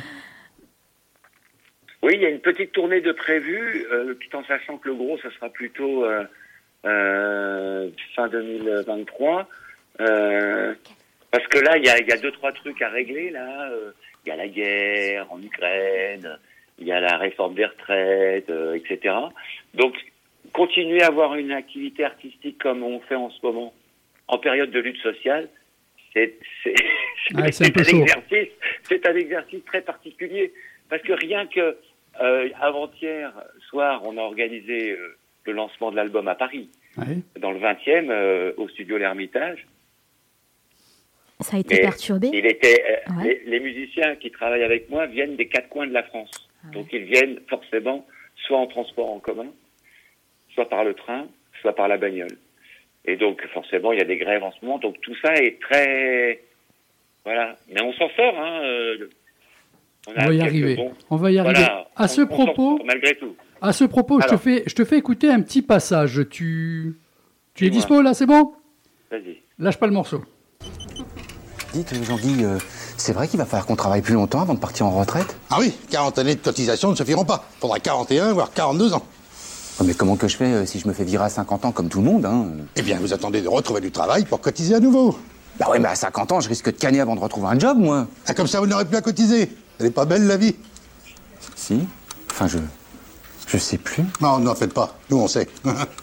Oui, il y a une petite tournée de prévue, euh, tout en sachant que le gros, ça sera plutôt euh, euh, fin deux mille vingt-trois. Euh, parce que là, il y a, il y a deux, trois trucs à régler. Là, euh, il y a la guerre en Ukraine, il y a la réforme des retraites, euh, et cetera. Donc, continuer à avoir une activité artistique comme on fait en ce moment, en période de lutte sociale, c'est, c'est, Ouais, c'est un c'est peu un chaud. exercice, c'est un exercice très particulier. Parce que rien que euh, avant-hier soir, on a organisé euh, le lancement de l'album à Paris, Oui. dans le vingtième, euh, au studio L'Ermitage. Ça a été Et perturbé. Il était, euh, Ouais. les, les musiciens qui travaillent avec moi viennent des quatre coins de la France. Ah Donc ils viennent forcément soit en transport en commun, soit par le train, soit par la bagnole. Et donc forcément il y a des grèves en ce moment. Donc tout ça est très Voilà. Mais on s'en sort. Hein. euh, On, on va y quelques arriver. bons- On va y arriver. Voilà, à on- ce on s'en propos, sort malgré tout. à ce propos, je te Alors. fais, je te fais écouter un petit passage. Tu, tu es Dis-moi. dispo là, c'est bon? Vas-y. Lâche pas le morceau. Dites, Jean-Guy, euh, c'est vrai qu'il va falloir qu'on travaille plus longtemps avant de partir en retraite? Ah oui, quarante années de cotisation ne suffiront pas. Faudra quarante et un, voire quarante-deux ans. Oh, mais comment que je fais euh, si je me fais virer à cinquante ans comme tout le monde, hein? Eh bien, vous attendez de retrouver du travail pour cotiser à nouveau. Bah ouais, mais à cinquante ans, je risque de canner avant de retrouver un job, moi. Ah, comme ça, vous n'aurez plus à cotiser. Elle est pas belle, la vie? Si. Enfin, je... Je sais plus. Non, n'en faites pas. Nous, on sait.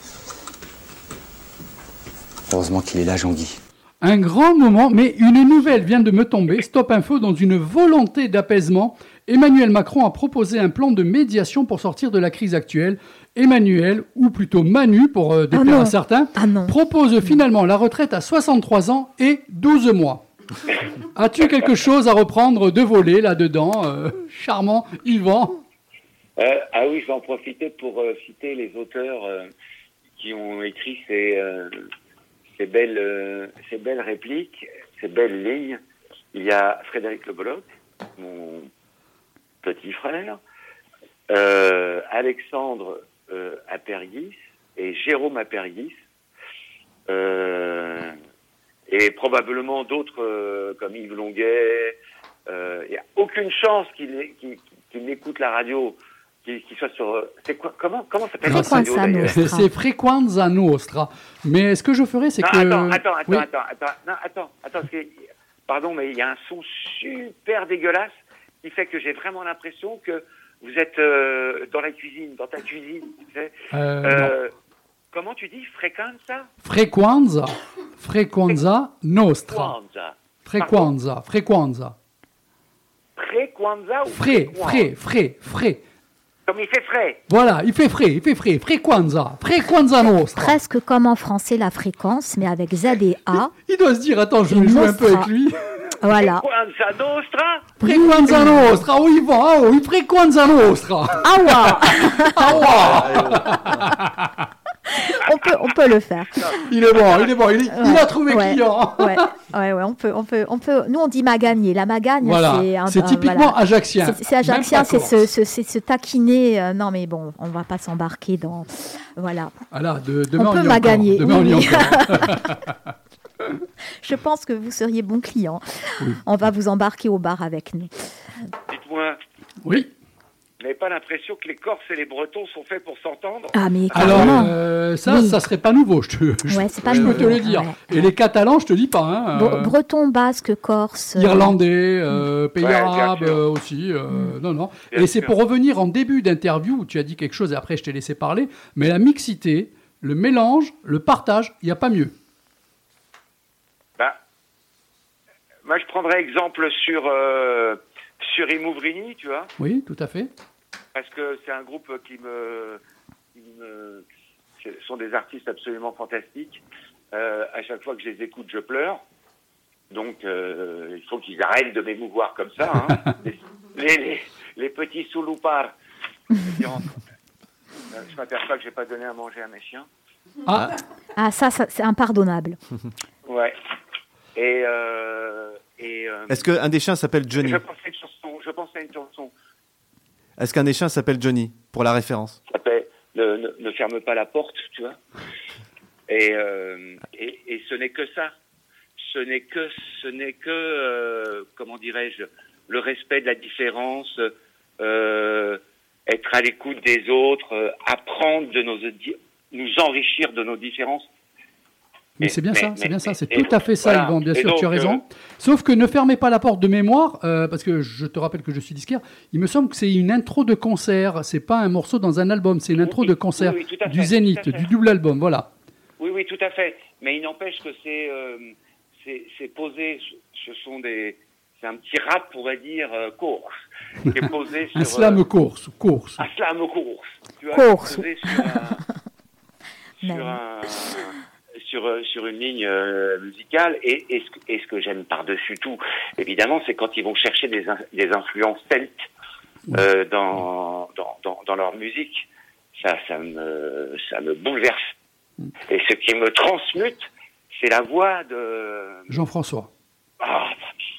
Heureusement qu'il est là, Jean-Guy. Un grand moment, mais une nouvelle vient de me tomber. Stop Info, dans une volonté d'apaisement, Emmanuel Macron a proposé un plan de médiation pour sortir de la crise actuelle. Emmanuel, ou plutôt Manu pour euh, déplaire non. à certains, Ah non. propose finalement la retraite à soixante-trois ans et douze mois. As-tu quelque chose à reprendre de voler là-dedans, euh, charmant Yvan? Euh, ah oui, je vais en profiter pour euh, citer les auteurs euh, qui ont écrit ces, euh, ces, belles, euh, ces belles répliques, ces belles lignes. Il y a Frédéric Le Bolloc, mon petit frère, euh, Alexandre euh, Apergis et Jérôme Apergis, euh, et probablement d'autres euh, comme Yves Longuet. Euh, Il n'y a aucune chance qu'il qu'il, qu'il n'écoute la radio. Qui, qui soit sur. C'est quoi, comment, comment s'appelle Non, cette radio Frequenza d'ailleurs? C'est c'est Frequenza Nostra. Mais ce que je ferais, c'est Non, que... attends, attends, attends, Oui. attends, attends, non, attends, attends, parce que, pardon, mais il y a un son super dégueulasse qui fait que j'ai vraiment l'impression que vous êtes euh, dans la cuisine, dans ta cuisine, tu sais. Euh, Euh, comment tu dis, Frequenza? Frequenza. Frequenza Nostra. Frequenza. Frequenza. Frequenza. Frequenza ou Frais, Frequenza? frais, frais, frais. Comme il fait frais. Voilà, il fait frais, il fait frais. Frequenza. Frequenza Nostra. Presque comme en français la fréquence, mais avec Z et A. Il doit se dire, attends, je vais Et jouer un peu Nostra. avec lui. Voilà. Frequenza Nostra? Frequenza Nostra, oui, Yvan, ah oui, Frequenza Nostra. Ah Ah ouais. on peut, on peut le faire. Il est bon, il est bon, il, est- il a trouvé Ouais. client. Ouais, ouais, ouais, on peut, on peut, on peut. Nous, on dit magagne. La magagne, Voilà, c'est un- c'est un- typiquement voilà. ajaxien. C'est- C'est ajaxien, Même pas c'est corse. se, se, c'est se taquiner. euh, non, mais bon, on va pas s'embarquer dans. Voilà. Voilà, de, demain On on, peut y est magagner, encore. Demain, oui, on y est oui. encore. Je pense que vous seriez bon client. On va vous embarquer au bar avec nous. Dites-moi, Oui. vous n'avez pas l'impression que les Corses et les Bretons sont faits pour s'entendre? Ah, mais Alors, carrément. euh, ça, Oui. ça serait pas nouveau, je, te, je, Ouais, c'est pas je peux nouveau, te le dire. ouais. Et les Catalans, je te dis pas. Hein, Bre- euh, Breton, basque, corse. euh, Irlandais, euh, pays Ouais, bien arabes sûr. euh, aussi. euh, Non, non. Bien Et c'est sûr. pour revenir en début d'interview où tu as dit quelque chose et après je t'ai laissé parler. Mais la mixité, le mélange, le partage, il n'y a pas mieux. Bah, moi, je prendrais exemple sur, euh, sur Imouvrini, tu vois, Oui, tout à fait. parce que c'est un groupe qui me, qui me- ce sont des artistes absolument fantastiques. Euh, à chaque fois que je les écoute, je pleure. Donc, euh, il faut qu'ils arrêtent de m'émouvoir comme ça. Hein. les, les, les, les petits souloupards. Euh, Je m'aperçois que j'ai pas donné à manger à mes chiens. Ah, Ah, ça, ça, c'est impardonnable. Ouais. Et, euh, et euh, Est-ce qu'un des chiens s'appelle Johnny je pense à une chanson. Je pense à une chanson. Est-ce qu'un des chiens s'appelle Johnny, pour la référence? Ça s'appelle ne, ne, ne ferme pas la porte, tu vois. Et, euh, et, et ce n'est que ça. Ce n'est que, ce n'est que, euh, comment dirais-je, le respect de la différence, euh, être à l'écoute des autres, euh, apprendre de nos, di- nous enrichir de nos différences. mais Mais- c'est bien mais- ça, c'est mais- bien ça, c'est et- tout à fait ça, voilà. Yvan, bien Et sûr, donc, tu as raison. euh, Sauf que ne fermez pas la porte de mémoire, euh, parce que je te rappelle que je suis disquaire, il me semble que c'est une intro de concert, c'est pas un morceau dans un album, c'est une intro Oui, de concert oui, oui, tout à du fait, Zénith, tout à fait. du double album, voilà. Oui, oui, tout à fait. Mais il n'empêche que c'est, euh, c'est, c'est posé. Ce sont des, c'est un petit rap, on va dire, euh, court, qui est posé sur Un slam euh, course, course. un slam course. Tu vois, Course. qui est posé sur un, Mais- sur un, sur, euh, sur une ligne euh, musicale. Et, et, ce, que- et ce que j'aime par-dessus tout, évidemment, c'est quand ils vont chercher des, in- des influences celtes euh, dans, dans, dans, dans leur musique. Ça, ça me, ça me bouleverse. Et ce qui me transmute, c'est la voix de... Jean-François. Ah,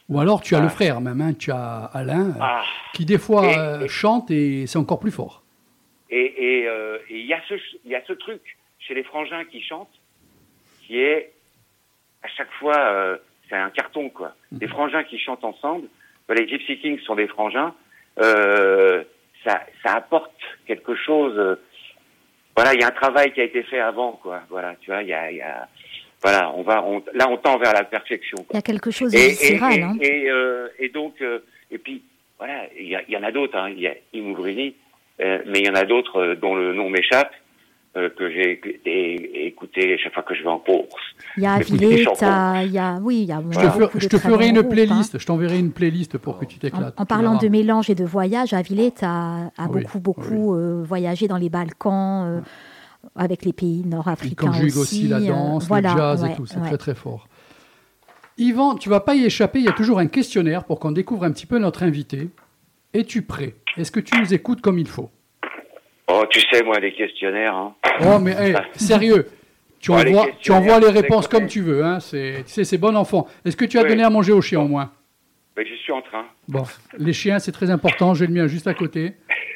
Ou alors tu as Ah. le frère même, hein, tu as Alain, euh, Ah. qui des fois Et- euh, et- chante et c'est encore plus fort. Et et, euh, et il y a ce il y a ce truc chez les frangins qui chantent, qui est à chaque fois euh, c'est un carton quoi. Les frangins qui chantent ensemble, euh, les Gypsy Kings sont des frangins, euh, ça ça apporte quelque chose. euh, voilà, il y a un travail qui a été fait avant quoi. Voilà, tu vois, il y a il y a voilà, on va on, là on tend vers la perfection. Il y a quelque chose de Et, et, viscéral. et, hein. et, euh, et donc, euh, et puis, voilà, il y, a- il y en a d'autres, hein. Il y a Imouvrini, euh, mais il y en a d'autres euh, dont le nom m'échappe, euh, que j'ai écouté, écouté chaque fois que je vais en course. Il y a Écoutez les chansons. Aviletta, il y a... Oui, il y a Je te, beaucoup fer- de je te très ferai bons une groupes, playlist, hein. je t'enverrai une playlist pour que tu En, t'éclates. en tu parlant verras. de mélange et de voyage, Aviletta a, a Oui, beaucoup, beaucoup euh, voyagé dans les Balkans, euh, avec les pays Il nord-africains conjugue aussi, la euh, danse, voilà, le jazz ouais, et tout, c'est ouais. très très fort. Yvan, tu vas pas y échapper, il y a toujours un questionnaire pour qu'on découvre un petit peu notre invité. Es-tu prêt? Est-ce que tu nous écoutes comme il faut? Oh, tu sais, moi, les questionnaires, hein. Oh, mais hey, sérieux, tu Bon, les envoies, tu questionnaires, envoies les je les réponses connais. comme tu veux, hein. C'est, tu sais, c'est bon enfant. Est-ce que tu as Oui. donné à manger aux chiens au moins? Mais je suis en train. Bon, les chiens, c'est très important, j'ai le mien juste à côté.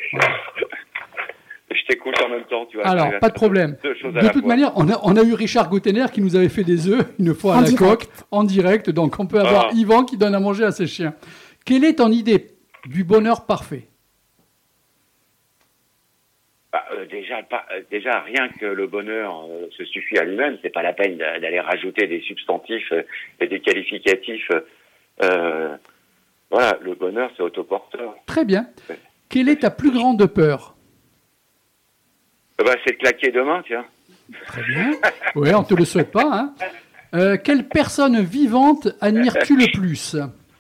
Je t'écoute en même temps, tu vois. Alors, j'arrive à pas de faire problème. deux choses à De la toute fois. manière, on a, on a eu Richard Gottener qui nous avait fait des œufs une fois à En la direct. coque, en direct, donc on peut avoir Ah. Yvan qui donne à manger à ses chiens. Quelle est ton idée du bonheur parfait? Bah, euh, déjà, pas- euh, déjà, rien que le bonheur euh, se suffit à lui-même. C'est pas la peine d'a- d'aller rajouter des substantifs euh, et des qualificatifs. Euh, voilà, le bonheur, c'est autoporteur. Très bien. Quelle est ta plus grande peur? Euh, bah, c'est de claquer demain, tiens. Très bien. Oui, on te le souhaite pas. Hein. Euh, quelle personne vivante admires-tu le plus?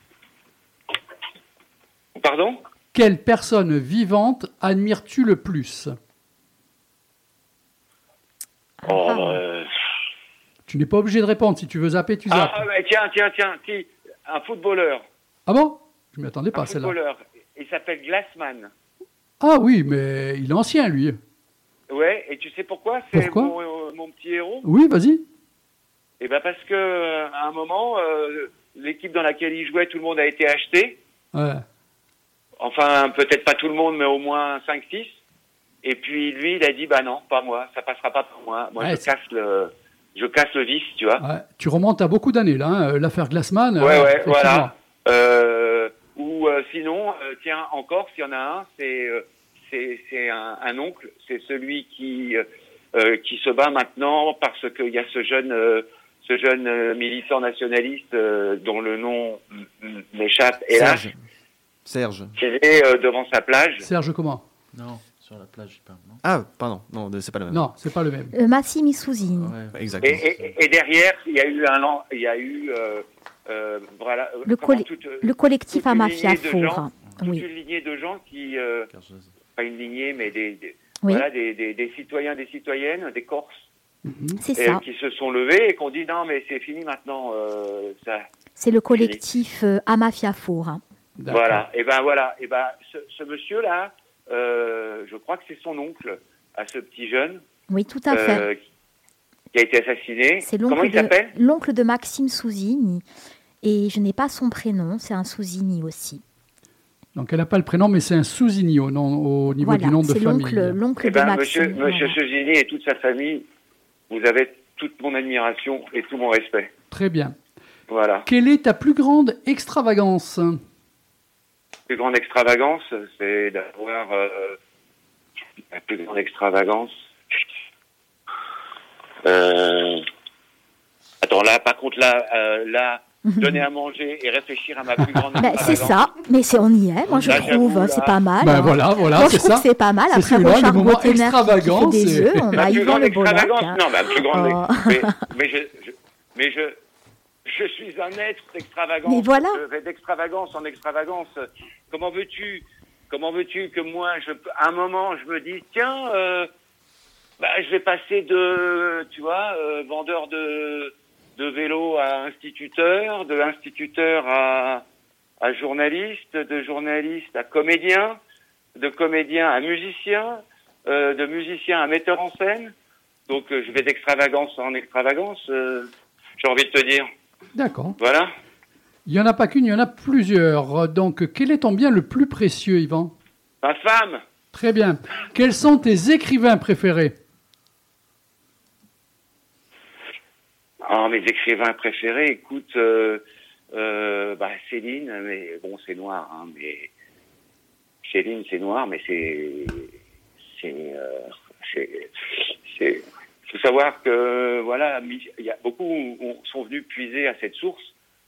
Pardon? Quelle personne vivante admires-tu le plus? Oh, Ah. euh, Tu n'es pas obligé de répondre. Si tu veux zapper, tu zappes. ah, ah, mais tiens, tiens, tiens, qui- un footballeur. Ah bon? Je ne m'y attendais Un pas, celle-là. footballeur. Il s'appelle Glassman. Ah oui, mais il est ancien, lui. Ouais, et tu sais pourquoi c'est Pourquoi mon, euh, mon petit héros? Oui, vas-y. Eh ben parce que euh, à un moment, euh, l'équipe dans laquelle il jouait, tout le monde a été acheté. Ouais. Enfin, peut-être pas tout le monde, mais au moins cinq six. Et puis lui, il a dit, bah non, pas moi, ça passera pas pour moi. Moi, Ouais, je c'est- casse le, je casse le vice, tu vois. Ouais. Tu remontes à beaucoup d'années, là. hein. L'affaire Glassman. Ouais, euh, ouais, effectivement. voilà. Euh, ou euh, sinon, euh, tiens, en Corse, il y en a un, c'est euh, c'est c'est un, un oncle, c'est celui qui euh, euh, qui se bat maintenant parce qu'il y a ce jeune euh, ce jeune euh, militant nationaliste euh, dont le nom m- m- m'échappe, hélas, Serge. Serge. qui est euh, devant sa plage. Serge, comment? Non, sur la plage, je sais pas. Non. Ah, pardon, non, c'est pas le même. Non, c'est pas le même. Euh, Massimi Sousini. Ouais. Exactement. Et, et, et derrière, il y a eu un lan- il y a eu euh, euh, voilà euh, Le, comment coll- toute, euh, le collectif toute une Amafia lignée de Four. gens, toute Oui. une lignée de gens qui euh, Cargeuse. pas une lignée, mais des, des- Oui. voilà, des, des, des citoyens, des citoyennes, des Corses, C'est euh, ça. qui se sont levés et qui ont dit non, mais c'est fini maintenant. Euh, ça, C'est le collectif euh, Amafia Four. hein. D'accord. voilà. Et ben voilà. Et ben ce, ce monsieur-là, euh, je crois que c'est son oncle à ce petit jeune Oui, tout à fait. euh, qui a été assassiné. C'est Comment l'oncle il de, s'appelle? l'oncle de Maxime Sousini. Et je n'ai pas son prénom, c'est un Sousini aussi. Donc, elle n'a pas le prénom, mais c'est un Sousini au, nom- au niveau Voilà, du nom de c'est famille. l'oncle, l'oncle Eh de ben, Maxime. monsieur, monsieur voilà. Suzini et toute sa famille, vous avez toute mon admiration et tout mon respect. Très bien. Voilà. Quelle est ta plus grande extravagance? La plus grande extravagance, c'est d'avoir euh, la plus grande extravagance. Euh, attends, là, par contre, là, euh, là, donner à manger et réfléchir à ma plus grande Ben, extravagance. c'est ça, mais c'est, on y est, moi je Là, trouve, j'avoue, là. c'est pas mal. Ben hein. voilà, voilà, Moi c'est je trouve ça. que c'est pas mal. C'est Après celui-là, Rochard le moment Gottener qui extravagant, fait des c'est- œufs, on Ma a plus Yvan grande Le Bolloc. extravagance, hein. non, ma plus grande, Oh. mais, mais je, je- mais je, je suis un être d'extravagance. Mais voilà. Je vais d'extravagance en extravagance. Comment veux-tu, comment veux-tu que moi, je, à un moment, je me dis, tiens, euh, bah, je vais passer de, tu vois, euh, vendeur de, de vélo à instituteur, de instituteur à, à journaliste, de journaliste à comédien, de comédien à musicien, euh, de musicien à metteur en scène. Donc, euh, je vais d'extravagance en extravagance, euh, j'ai envie de te dire. D'accord. Voilà. Il n'y en a pas qu'une, il y en a plusieurs. Donc, quel est ton bien le plus précieux, Yvan? Ma femme. Très bien. Quels sont tes écrivains préférés? Ah, mes écrivains préférés, écoute, euh, euh, bah, Céline, mais bon, c'est noir, hein, mais Céline, c'est noir, mais c'est, c'est, euh, c'est, c'est, faut savoir que, voilà, il y a beaucoup ont, sont venus puiser à cette source.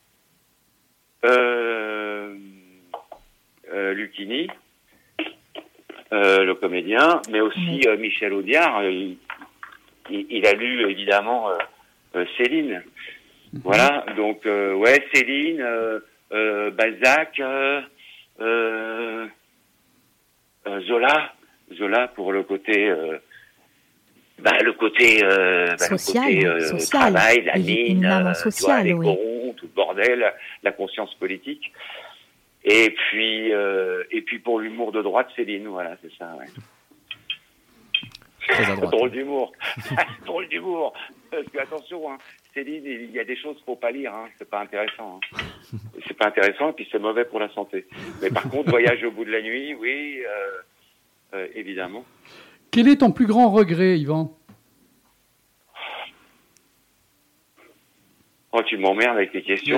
Euh, euh, Lucchini, euh, le comédien, mais aussi euh, Michel Audiard, euh, il, il, il a lu évidemment euh, euh, Céline. Mm-hmm. Voilà, donc euh, ouais, Céline, euh, euh, Balzac, euh, euh, euh, Zola, Zola pour le côté, euh, bah, le côté, euh, bah, social, le côté euh, social. travail, la Et mine, éminemment euh, social, tu vois, les oui. corons, tout le bordel, la, la conscience politique. Et puis, euh, et puis pour l'humour de droite, Céline, voilà, c'est ça, ouais. Très à droite. Drôle d'humour. Drôle d'humour. Parce que, attention, hein, Céline, il y a des choses qu'il ne faut pas lire, hein. C'est pas intéressant. Hein. C'est pas intéressant et puis c'est mauvais pour la santé. Mais par contre, Voyage au bout de la nuit, oui, euh, euh, évidemment. Quel est ton plus grand regret, Yvan? Oh, tu m'emmerdes avec tes questions.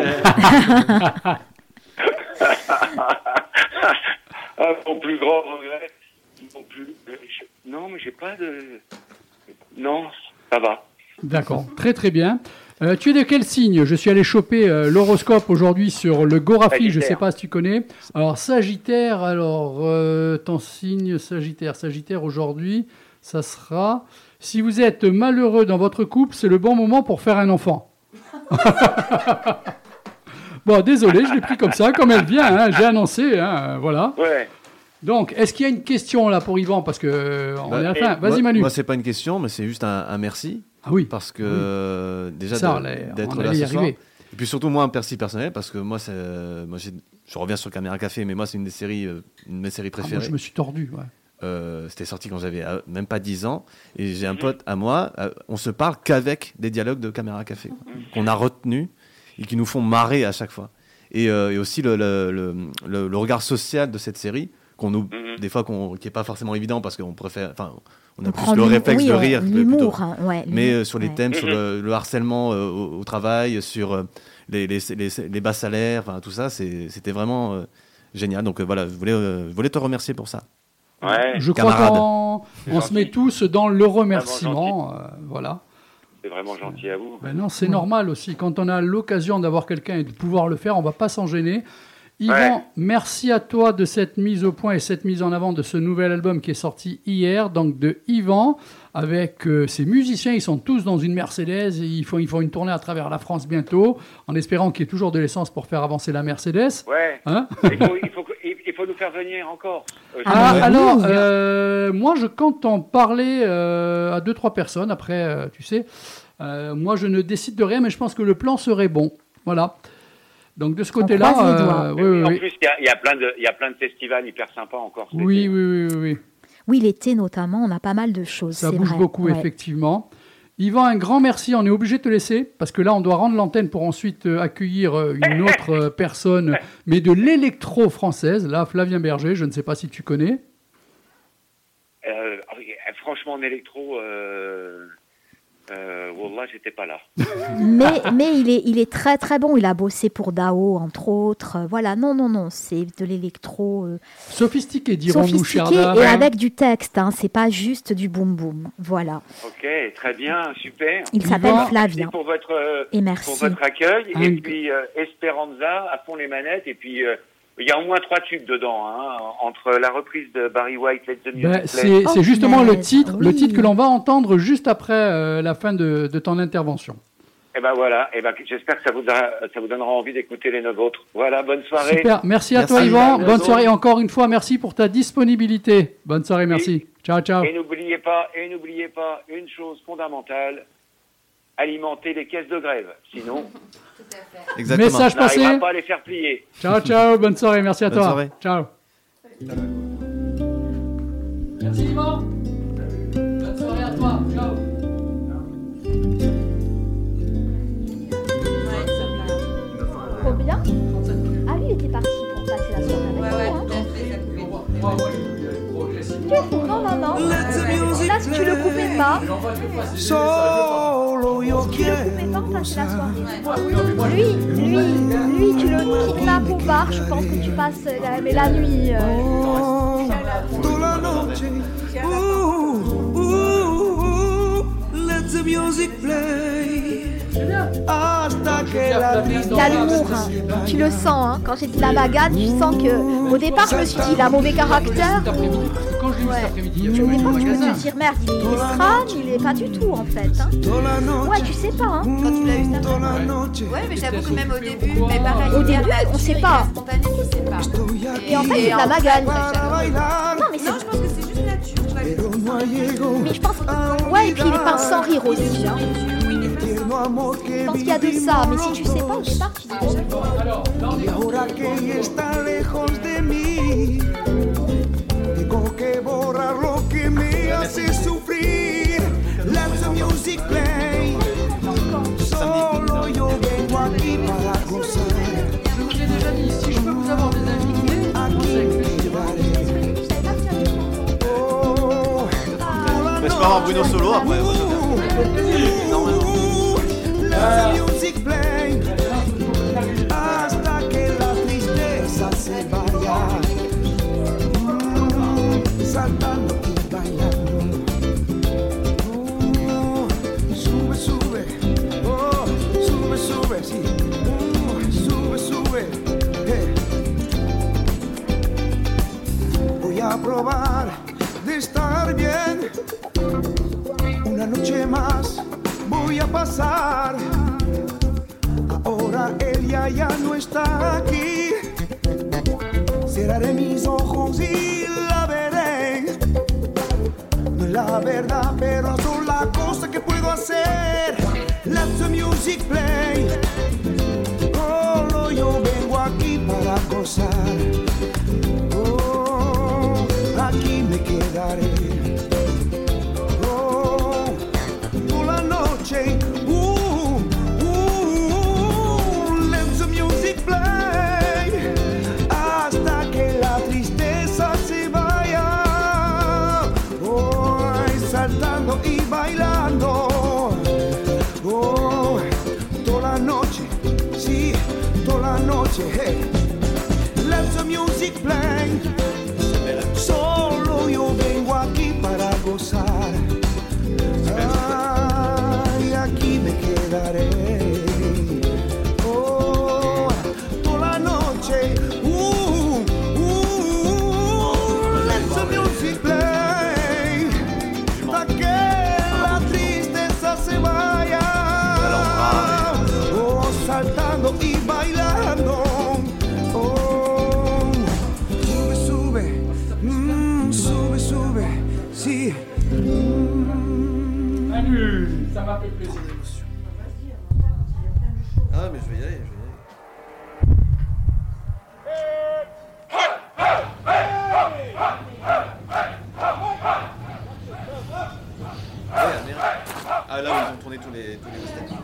Ah, mon plus grand regret, mon plus... je... non, mais j'ai pas de... Non, ça va. D'accord, très très bien. Euh, tu es de quel signe? Je suis allé choper euh, l'horoscope aujourd'hui sur le Gorafi, je ne sais pas si tu connais. Alors Sagittaire, alors euh, ton signe Sagittaire, Sagittaire aujourd'hui, ça sera... Si vous êtes malheureux dans votre couple, c'est le bon moment pour faire un enfant. Bon, désolé, je l'ai pris comme ça, comme elle vient, hein, j'ai annoncé, hein, voilà. Ouais. Donc, est-ce qu'il y a une question là pour Yvan? Parce que euh, on bah, est à la fin. Vas-y, moi, Manu. Moi, c'est pas une question, mais c'est juste un, un merci. Ah oui. Parce que oui. euh, déjà ça, de, on d'être on là ce soir. arriver. Et puis surtout moi un merci personnel parce que moi, c'est, moi j'ai, je reviens sur Caméra Café, mais moi c'est une des séries, une de mes séries préférées. Ah, moi, je me suis tordu. Ouais. Euh, c'était sorti quand j'avais euh, même pas dix ans et j'ai un pote à moi, euh, on se parle qu'avec des dialogues de Caméra Café quoi, qu'on a retenus et qui nous font marrer à chaque fois. Et, euh, et aussi le, le, le, le, le regard social de cette série qu'on nous, mm-hmm. des fois qu'on, qui est pas forcément évident parce qu'on préfère, enfin on a on plus le réflexe oui, de rire, l'humour, plutôt, hein, ouais, mais euh, sur les ouais. thèmes, sur le, le harcèlement euh, au, au travail, sur euh, les, les, les, les bas salaires, enfin tout ça, c'est, c'était vraiment euh, génial. Donc euh, voilà, je voulais, euh, je voulais te remercier pour ça. Ouais. Je Camarade. crois qu'on on se met tous dans le remerciement, euh, voilà. C'est vraiment gentil à vous. Ben non, c'est mmh. normal aussi. Quand on a l'occasion d'avoir quelqu'un et de pouvoir le faire, on ne va pas s'en gêner. Yvan, ouais. merci à toi de cette mise au point et cette mise en avant de ce nouvel album qui est sorti hier, donc de Yvan, avec euh, ses musiciens. Ils sont tous dans une Mercedes et ils font, ils font une tournée à travers la France bientôt, en espérant qu'il y ait toujours de l'essence pour faire avancer la Mercedes. Ouais. Hein il, faut, il, faut, il faut nous faire venir encore. Euh, ah, ouais. Alors, euh, moi, je compte en parler euh, à deux, trois personnes. Après, euh, tu sais, euh, moi, je ne décide de rien, mais je pense que le plan serait bon. Voilà. Donc, de ce côté-là... Euh, oui, oui, en oui. plus, il y, y, y a plein de festivals hyper sympas encore. Oui, oui, oui, oui. Oui, l'été notamment, on a pas mal de choses. Ça c'est bouge vrai. beaucoup, ouais. Effectivement. Yvan, un grand merci. On est obligé de te laisser parce que là, on doit rendre l'antenne pour ensuite euh, accueillir euh, une autre euh, personne, mais de l'électro française. Là, Flavien Berger, je ne sais pas si tu connais. Euh, franchement, en électro, euh, euh, Wallah, j'étais pas là. mais mais il, est, il est très très bon. Il a bossé pour Dao, entre autres. Voilà, non, non, non, c'est de l'électro. Euh, sophistiqué, dirons-nous, Sophistiqué et ouais. avec du texte. Hein, c'est pas juste du boum boum. Voilà. Ok, très bien, super. Il s'appelle Yvan, Flavien. Merci pour votre, euh, et merci. pour votre accueil. Un... Et puis euh, Esperanza, à fond les manettes. Et puis. Euh, il y a au moins trois tubes dedans, hein, entre la reprise de Barry White, Let the Music ben, Play. C'est, oh, c'est justement mais, le titre, oui. le titre que l'on va entendre juste après euh, la fin de, de ton intervention. Et ben voilà, et ben j'espère que ça vous, donnera, ça vous donnera envie d'écouter les neuf autres. Voilà, bonne soirée. Super, merci à merci. toi Yvan, à bonne soirée et encore une fois, merci pour ta disponibilité. Bonne soirée, merci. Et, ciao, ciao. Et n'oubliez pas, et n'oubliez pas une chose fondamentale, alimenter les caisses de grève, sinon... Exactement. Message on passé. n'arrivera pas à les faire plier. Ciao, ciao, bonne soirée, merci à bonne toi. Soirée. Ciao. Merci Yvan. Bonne soirée à toi. Ciao. Trop bien. pas. Solo yo Tu le quiero coupes pas, on passe la gozar. soirée. Lui, lui, lui, tu le kidnappes au bar, je pense que tu passes la, mais la nuit. euh, Oh, toda la noche. Ooh, ooh, let the music play. Hasta que la Il a l'humour, hein. Tu le sens, hein. Quand j'ai dit la bagade, tu sens que au départ je me suis dit il a mauvais caractère. Quand je l'ai vu Ouais. cet après-midi, Au il y a départ un tu peux magasin. te dire merde, il est crâne, il est pas du tout en fait. Hein. Ouais, tu sais pas. Hein. Quand tu l'as eu, ça toda la noche. Ouais, mais j'avoue que même au début, mais pareil, Au il début, est on sait nature, pas. il est spontané, tu sais pas. Et en fait, c'est de la bagade. Para bailar, Non, mais c'est. Non, je pense que c'est juste nature, tu vois. pero no llego Mais je pense. Ouais, et puis il est peint sans rire aussi. Hein. tierno amor Je que pense qu'il y a de ça, mais si tu sais pas au vivimos départ, tu dis bon. Alors, dans les y ahora que ella está lejos de mí tengo que borrar lo que me hace sufrir. Let the music play. Solo yo vengo aquí para gozar. je vous l'ai déjà dit, si je peux vous avoir des invités, Aquí me quedaré. Oh, Mais je peux avoir Bruno Solo après. moi, let the music play hasta que la tristeza se vaya. Mm, saltando y bailando. Oh, sube, sube. Oh, sube, sube, sí. Mm, sube, sube. Eh. Voy a probar de estar bien. Una noche más voy a pasar. Ahora ella ya no está aquí. Cerraré mis ojos y la veré. No es la verdad, pero son la cosa que puedo hacer. Let the music play. Solo yo vengo aquí para gozar. Oh, aquí me quedaré. Oh, toda la noche. Uh, uh, let the music play hasta que la tristeza se vaya. Oh, saltando y bailando. Oh, toda la noche, sí, toda la noche. Hey. Let the music play. Solo yo vengo aquí para gozar. Ay, aquí me quedaré. Oh, toda la noche. Uh, uh, let the music play. Hasta que la tristeza se vaya. Oh, saltando y bailando. Oh, sube, sube. Mm, sube, sube. Sí. Manu, ça m'a fait plaisir. Ah, mais je vais y aller. Je vais y aller. Ouais, merde. Ah, là, ils ont tourné tous les tous les statues.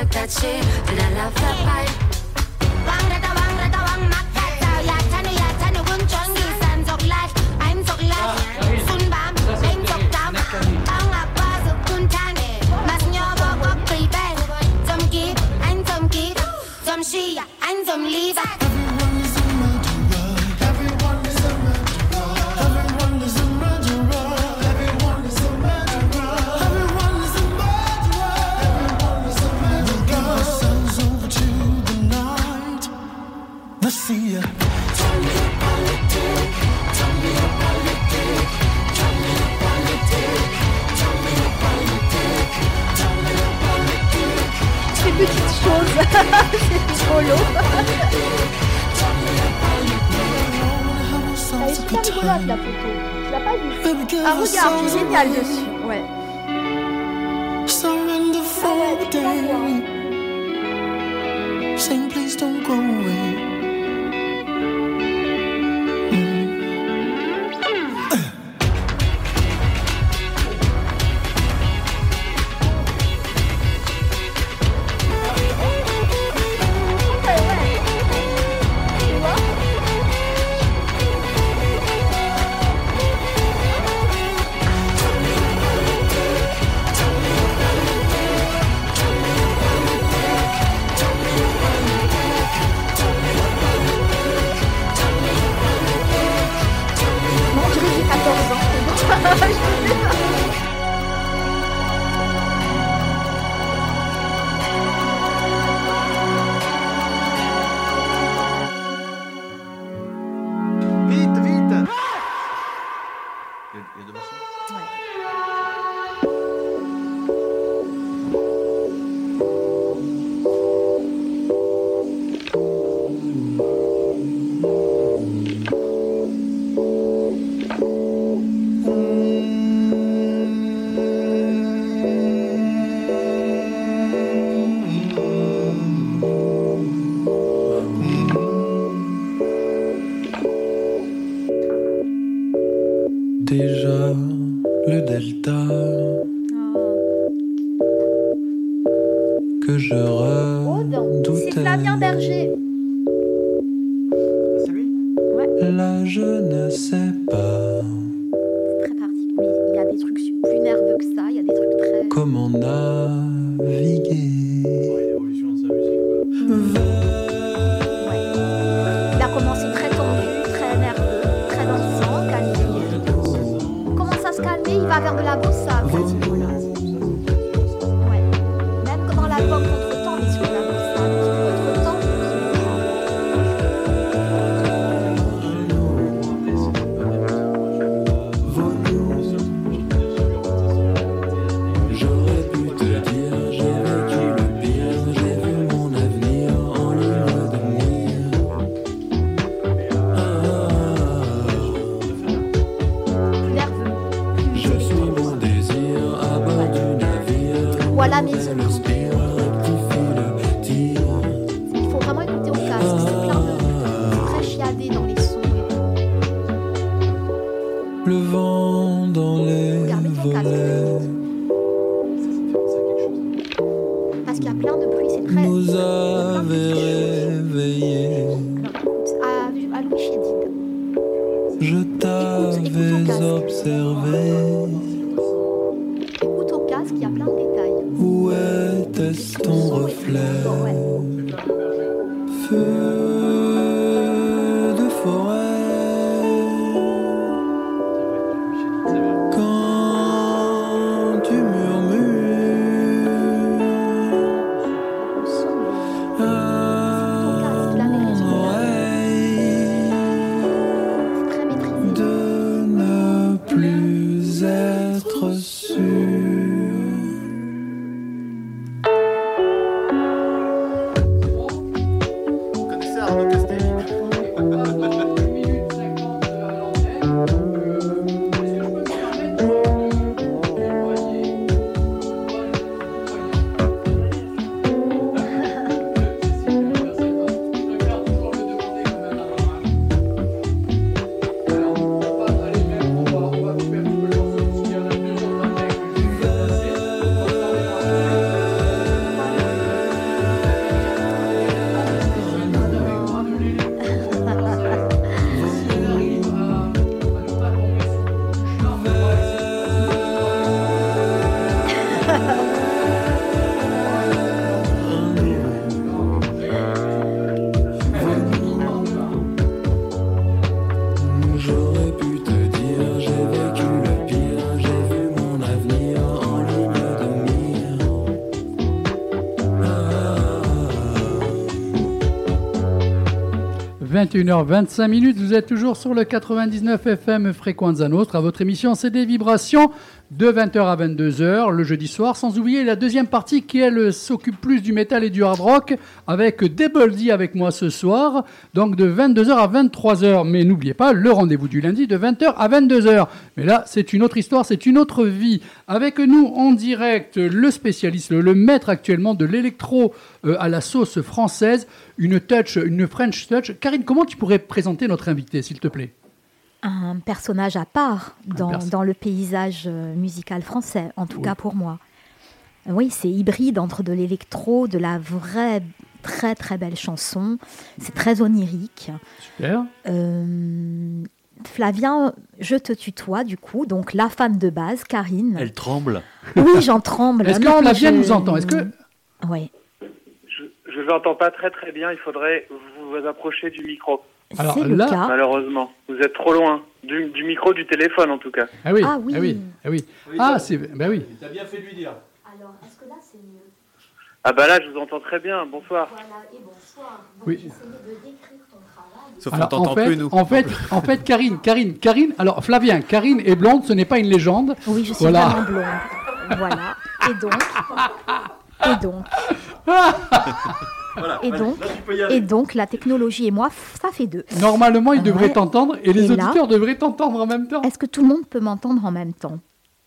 that shit, and I love that pipe. Wang rata wang rata wang mak rata, ya tanu ya tanu gun chongi san sok lat, I'm sok lat, sun bam, bang sok dam, bang apa sok kun tane, mas nyobo kok kriben, some give and some give, some she and some leave. See ya. Tell me your politic, tell me your politic, tell me your politic, tell me your politic, tell me your politic. Ces petites choses, c'est trop long. Elle est super rigolote la photo. Tu l'as pas vue? Ah regarde, c'est génial dessus. Ouais. Surrender for the day. Saying please don't go away. Déjà le delta que je redoutais. C'est Flavien Berger. C'est lui? Ouais. Là je ne sais pas. C'est très particulier, mais il y a des trucs plus nerveux que ça, il y a des trucs très... Comment naviguer. Il a commencé très tendu, très nerveux, très dansant, calmé. Il commence à se calmer, il va vers de la bossa. Ouais. Même que dans l'album Contre-temps, il est sur la bossa. Contre-temps. J'aurais pu te dire, j'ai vécu le pire, j'ai vu mon avenir en ligne de mire. Plus nerveux. Je suis mon désir à bord du navire. Voilà mes yeux. Respire, rectifie le tir. Il faut vraiment écouter au casque, c'est plein de... C'est très chiadé dans les sons. Le vent dans les Regarde, mets ton casque. volets Parce qu'il y a plein de bruit, c'est très... nous il y a plein de avait petites choses. réveillés. Alors écoute, à, à Louis Chédid. Je écoute au t'avais casque. observé. Écoute au casque, il y a plein de détails. Où était-ce ton reflet? Feu de forêt. Quand tu murmures à mon oreille de ne plus être sûr. Vous connaissez Arnaud Castelli? vingt et une heures vingt-cinq minutes, vous êtes toujours sur le quatre-vingt-dix-neuf F M Frequenza Nostra. Votre émission, c'est des vibrations de vingt heures à vingt-deux heures le jeudi soir. Sans oublier la deuxième partie qui, elle, s'occupe plus du métal et du hard rock avec Double D avec moi ce soir. Donc de vingt-deux heures à vingt-trois heures. Mais n'oubliez pas, le rendez-vous du lundi de vingt heures à vingt-deux heures. Mais là, c'est une autre histoire, c'est une autre vie. Avec nous en direct, le spécialiste, le, le maître actuellement de l'électro euh, à la sauce française, une touch, une French touch. Karine, comment tu pourrais présenter notre invité, s'il te plaît ? Un personnage à part dans, perso- dans le paysage euh, musical français, en tout oui. cas pour moi. Oui, c'est hybride entre de l'électro, de la vraie, très très belle chanson. C'est très onirique. Super. Euh, Flavien, je te tutoie du coup, donc la fan de base, Karine. Elle tremble. Oui, j'en tremble. Est-ce que non, Flavien je... nous entend ? Est-ce que... Oui. Je ne l'entends pas très très bien, il faudrait vous, vous approcher du micro. Alors, c'est le là... cas. Malheureusement, vous êtes trop loin. Du, du micro du téléphone en tout cas. Ah oui, ah oui. Ah oui, ah oui. Oui, ah, ça, c'est... Ben oui. T'as bien fait de lui dire. Alors, est-ce que là c'est mieux ? Ah bah là, je vous entends très bien, bonsoir. Voilà, et bonsoir. Donc, Oui. j'essayais de décrire ton travail. Sauf Alors, qu'on t'entend en fait, plus, nous. En fait, en fait, Karine, Karine, Karine, alors Flavien, Karine est blonde, ce n'est pas une légende. Oui, je suis Voilà. vraiment blonde. Voilà. Et donc... Et donc... Voilà, Et vas-y, donc, là, tu peux y aller. et donc, la technologie et moi, ça fait deux. Normalement, il Ouais. devrait t'entendre et les Et là- auditeurs devraient t'entendre en même temps. Est-ce que tout le monde peut m'entendre en même temps ?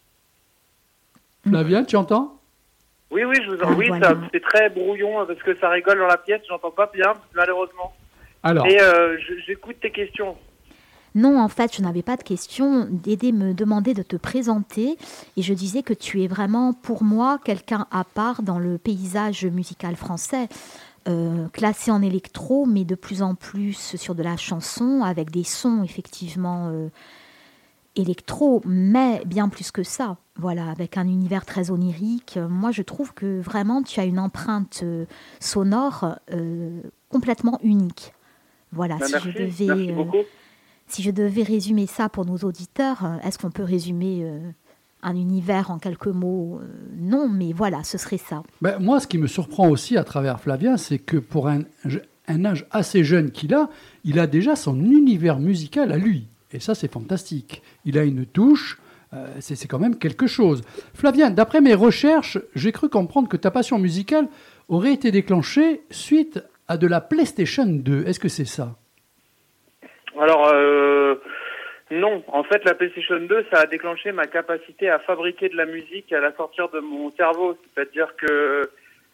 Flavien, tu entends ? Oui, oui, je vous Ah, en... oui, voilà. ça, c'est très brouillon hein, parce que ça rigole dans la pièce, j'entends pas bien, malheureusement. Alors, Et euh, je- j'écoute tes questions. Non, en fait, je n'avais pas de question. Dédé me demandait de te présenter et je disais que tu es vraiment, pour moi, quelqu'un à part dans le paysage musical français, euh, classé en électro, mais de plus en plus sur de la chanson, avec des sons effectivement euh, électro, mais bien plus que ça. Voilà, avec un univers très onirique. Moi, je trouve que vraiment, tu as une empreinte euh, sonore euh, complètement unique. Voilà, Bah, si merci, je devais... merci euh, beaucoup. Si je devais résumer ça pour nos auditeurs, euh, est-ce qu'on peut résumer euh, un univers en quelques mots ? Euh, Non, mais voilà, ce serait ça. ben, moi, ce qui me surprend aussi à travers Flavien, c'est que pour un, un âge assez jeune qu'il a, il a déjà son univers musical à lui. Et ça, c'est fantastique. Il a une touche, euh, c'est, c'est quand même quelque chose. Flavien, d'après mes recherches, j'ai cru comprendre que ta passion musicale aurait été déclenchée suite à de la PlayStation deux. Est-ce que c'est ça ? Alors, euh, non. En fait, la PlayStation deux, ça a déclenché ma capacité à fabriquer de la musique à la sortir de mon cerveau. C'est-à-dire que,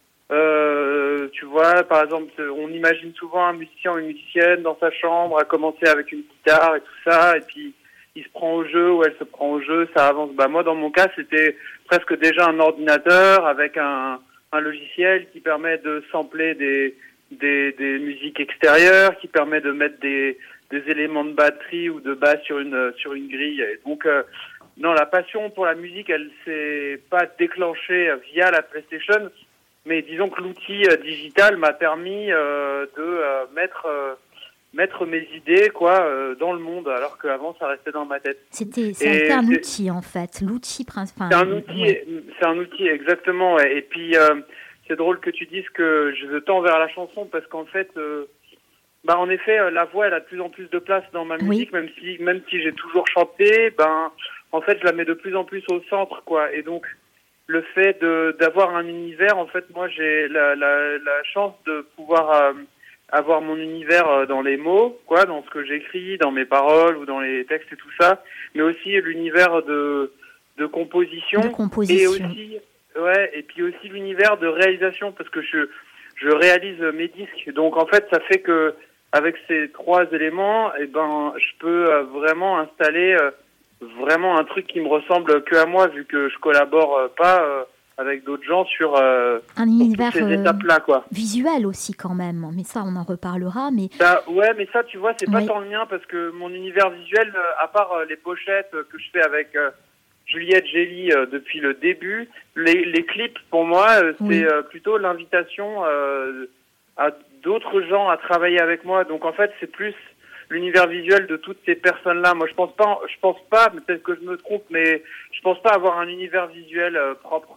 euh, tu vois, par exemple, on imagine souvent un musicien ou une musicienne dans sa chambre à commencer avec une guitare et tout ça, et puis il se prend au jeu ou elle se prend au jeu, ça avance. Bah moi, dans mon cas, c'était presque déjà un ordinateur avec un, un logiciel qui permet de sampler des, des, des musiques extérieures, qui permet de mettre des des éléments de batterie ou de basse sur une sur une grille. Et donc euh, non, la passion pour la musique, elle s'est pas déclenchée via la PlayStation, mais disons que l'outil euh, digital m'a permis euh, de euh, mettre euh, mettre mes idées quoi euh, dans le monde, alors qu'avant ça restait dans ma tête. C'était, Et c'était un c'est- outil, en fait. L'outil principal. C'est un outil, Ouais. c'est un outil exactement. ouais. Et puis euh, c'est drôle que tu dises que je tends vers la chanson parce qu'en fait, euh, bah en effet, euh, la voix elle a de plus en plus de place dans ma musique, même si même si j'ai toujours chanté, ben en fait je la mets de plus en plus au centre quoi. Et donc le fait de d'avoir un univers, en fait moi j'ai la la, la chance de pouvoir euh, avoir mon univers euh, dans les mots, quoi, dans ce que j'écris, dans mes paroles ou dans les textes et tout ça, mais aussi l'univers de de composition, De composition. et aussi ouais, et puis aussi l'univers de réalisation parce que je je réalise mes disques. Donc en fait, ça fait que avec ces trois éléments, eh ben je peux euh, vraiment installer euh, vraiment un truc qui me ressemble que à moi vu que je collabore euh, pas euh, avec d'autres gens sur euh, Un sur univers toutes ces euh, étapes-là quoi. visuel aussi, quand même. Mais ça, on en reparlera. Mais Bah, ouais, mais ça, tu vois, c'est pas Oui. tant le mien parce que mon univers visuel, euh, à part euh, les pochettes euh, que je fais avec euh, Juliette Gély euh, depuis le début, les, les clips, pour moi, euh, c'est Oui. euh, plutôt l'invitation euh, à d'autres gens à travailler avec moi. Donc, en fait, c'est plus l'univers visuel de toutes ces personnes-là. Moi, je pense pas, je pense pas, mais peut-être que je me trompe, mais je pense pas avoir un univers visuel euh, propre.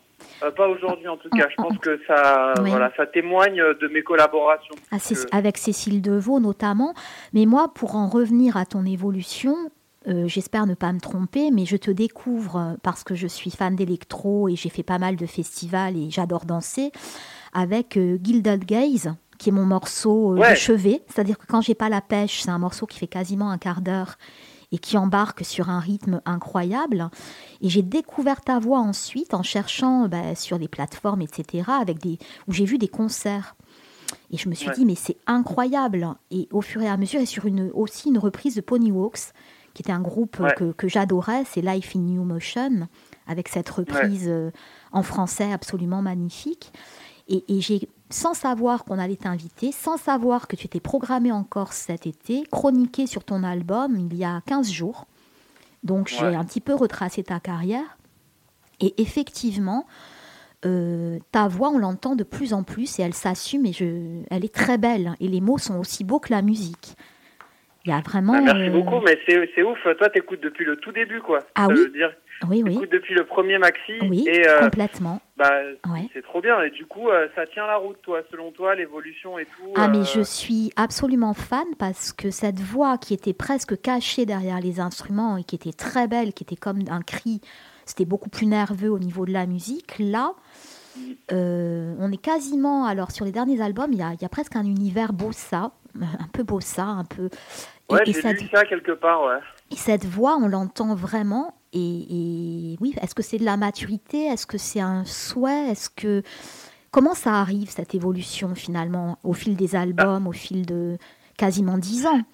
Euh, pas aujourd'hui en tout cas. Je pense que ça, Oui. voilà, ça témoigne de mes collaborations. Ah, Parce c'est- que- avec Cécile Devaux notamment. Mais moi, pour en revenir à ton évolution, euh, j'espère ne pas me tromper, mais je te découvre euh, parce que je suis fan d'électro et j'ai fait pas mal de festivals et j'adore danser avec euh, Gilded Gaze, qui est mon morceau euh, Ouais. de chevet. C'est-à-dire que quand j'ai pas la pêche, c'est un morceau qui fait quasiment un quart d'heure et qui embarque sur un rythme incroyable. Et j'ai découvert ta voix ensuite en cherchant bah, sur les plateformes, et cetera, avec des, où j'ai vu des concerts. Et je me suis Ouais. dit, mais c'est incroyable. Et au fur et à mesure, et sur une, aussi une reprise de Ponywalks, qui était un groupe euh, Ouais. que, que j'adorais, c'est Life in New Motion, avec cette reprise euh, en français absolument magnifique. Et, et j'ai, sans savoir qu'on allait t'inviter, sans savoir que tu étais programmé encore cet été, chroniqué sur ton album il y a quinze jours. Donc j'ai Ouais. un petit peu retracé ta carrière. Et effectivement, euh, ta voix, on l'entend de plus en plus et elle s'assume et je, elle est très belle. Et les mots sont aussi beaux que la musique. Il y a vraiment... Ah, merci euh, beaucoup, mais c'est c'est ouf. Toi, t'écoutes depuis le tout début, quoi. Ah Ça oui veut dire, Oui, oui. t'écoutes depuis le premier maxi. Oui, et, euh, complètement. Bah, Ouais. c'est trop bien. Et du coup, euh, ça tient la route, toi, selon toi, l'évolution et tout. Ah, mais euh, je suis absolument fan parce que cette voix qui était presque cachée derrière les instruments et qui était très belle, qui était comme un cri, c'était beaucoup plus nerveux au niveau de la musique. Là, euh, on est quasiment, alors sur les derniers albums, il y a, il y a presque un univers bossa, un peu bossa, un peu. Et, Ouais, et j'ai cette, lu ça quelque part, ouais. et cette voix, on l'entend vraiment. Et, et oui, est-ce que c'est de la maturité? Est-ce que c'est un souhait? Est-ce que comment ça arrive cette évolution finalement au fil des albums, au fil de quasiment dix ans?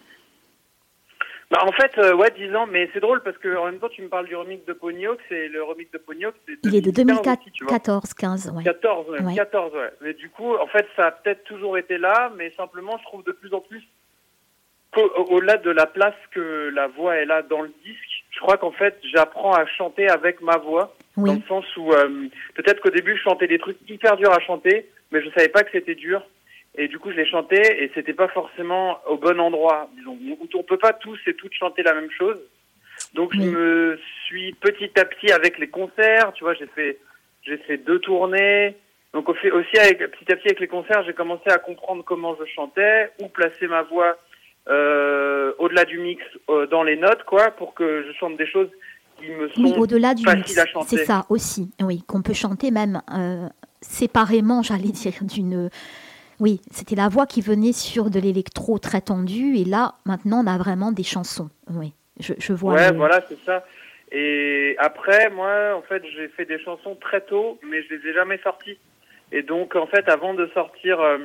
Bah, en fait, euh, ouais, dix ans, mais c'est drôle parce que en même temps, tu me parles du remix de Ponyox et le remix de Ponyox, c'est Il est de deux mille quinze aussi, tu vois. quatorze, quinze, ouais. quatorze, ouais, Ouais. quatorze, ouais. Mais du coup, en fait, ça a peut-être toujours été là, mais simplement, je trouve de plus en plus qu'au- au-delà de la place que la voix elle a dans le disque, je crois qu'en fait, j'apprends à chanter avec ma voix, Oui. dans le sens où euh, peut-être qu'au début, je chantais des trucs hyper durs à chanter, mais je savais pas que c'était dur. Et du coup, je les chantais et c'était pas forcément au bon endroit. Disons, on peut pas tous et toutes chanter la même chose. Donc, je me suis petit à petit avec les concerts, tu vois, j'ai fait, j'ai fait deux tournées. Donc, au fait, aussi avec, petit à petit avec les concerts, j'ai commencé à comprendre comment je chantais, où placer ma voix euh, au-delà du mix, euh, dans les notes, quoi, pour que je chante des choses qui me sont Oui, au-delà du faciles mix, à chanter. c'est ça aussi. Oui, qu'on peut chanter même euh, séparément, j'allais dire, d'une. Oui, c'était la voix qui venait sur de l'électro très tendu, et là, maintenant, on a vraiment des chansons. Oui, je, je vois. Ouais, le- voilà, c'est ça. Et après, moi, en fait, j'ai fait des chansons très tôt, mais je les ai jamais sorties. Et donc, en fait, avant de sortir euh,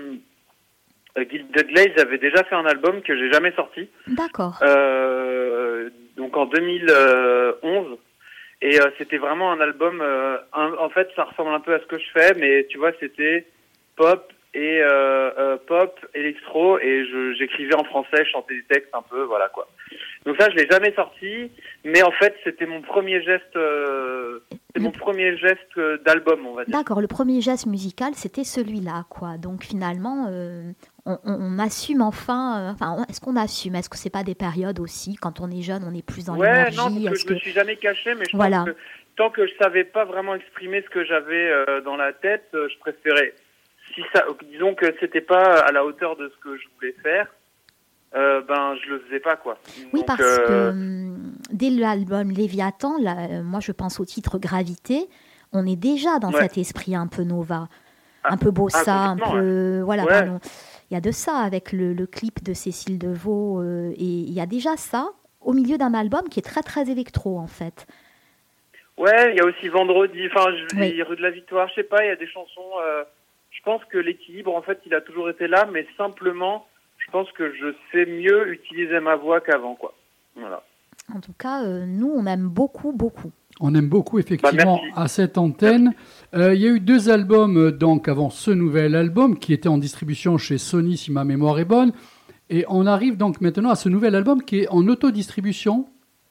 Gilded Glaze, j'avais déjà fait un album que j'ai jamais sorti. D'accord. Euh, donc en deux mille onze. Et euh, c'était vraiment un album. Euh, un- en fait, ça ressemble un peu à ce que je fais, mais tu vois, c'était pop et euh, euh, pop, électro, et je, j'écrivais en français, je chantais des textes un peu, voilà quoi. Donc ça, je l'ai jamais sorti, mais en fait, c'était mon premier geste, euh, c'était mon premier geste euh, d'album, on va dire. D'accord, le premier geste musical, c'était celui-là, quoi. Donc finalement, euh, on, on- on assume enfin. euh, Enfin, on- est-ce qu'on assume? Est-ce que c'est pas des périodes aussi, quand on est jeune, on est plus dans Ouais, l'énergie? non, parce que Est-ce je me suis jamais caché, mais je Voilà. pense que tant que je savais pas vraiment exprimer ce que j'avais euh, dans la tête, euh, je préférais. Si ça, disons que c'était pas à la hauteur de ce que je voulais faire, euh, ben je le faisais pas quoi. Oui, Donc, parce euh, que hum, dès l'album Léviathan, là, euh, moi je pense au titre Gravité, on est déjà dans Ouais. cet esprit un peu Nova, un peu ah, bossa, un complètement, peu. Voilà, Ouais. pardon. Il y a de ça avec le, le clip de Cécile Devaux, euh, et il y a déjà ça au milieu d'un album qui est très très électro en fait. Ouais, il y a aussi Vendredi, enfin, je, Oui. Rue de la Victoire, je sais pas, il y a des chansons. Euh, je pense que l'équilibre, en fait, il a toujours été là, mais simplement, je pense que je sais mieux utiliser ma voix qu'avant, quoi. Voilà. En tout cas, euh, nous on aime beaucoup, beaucoup. On aime beaucoup, effectivement, Bah, merci. à cette antenne. Euh, il y a eu deux albums, euh, donc, avant ce nouvel album, qui était en distribution chez Sony, si ma mémoire est bonne. Et on arrive donc maintenant à ce nouvel album qui est en autodistribution.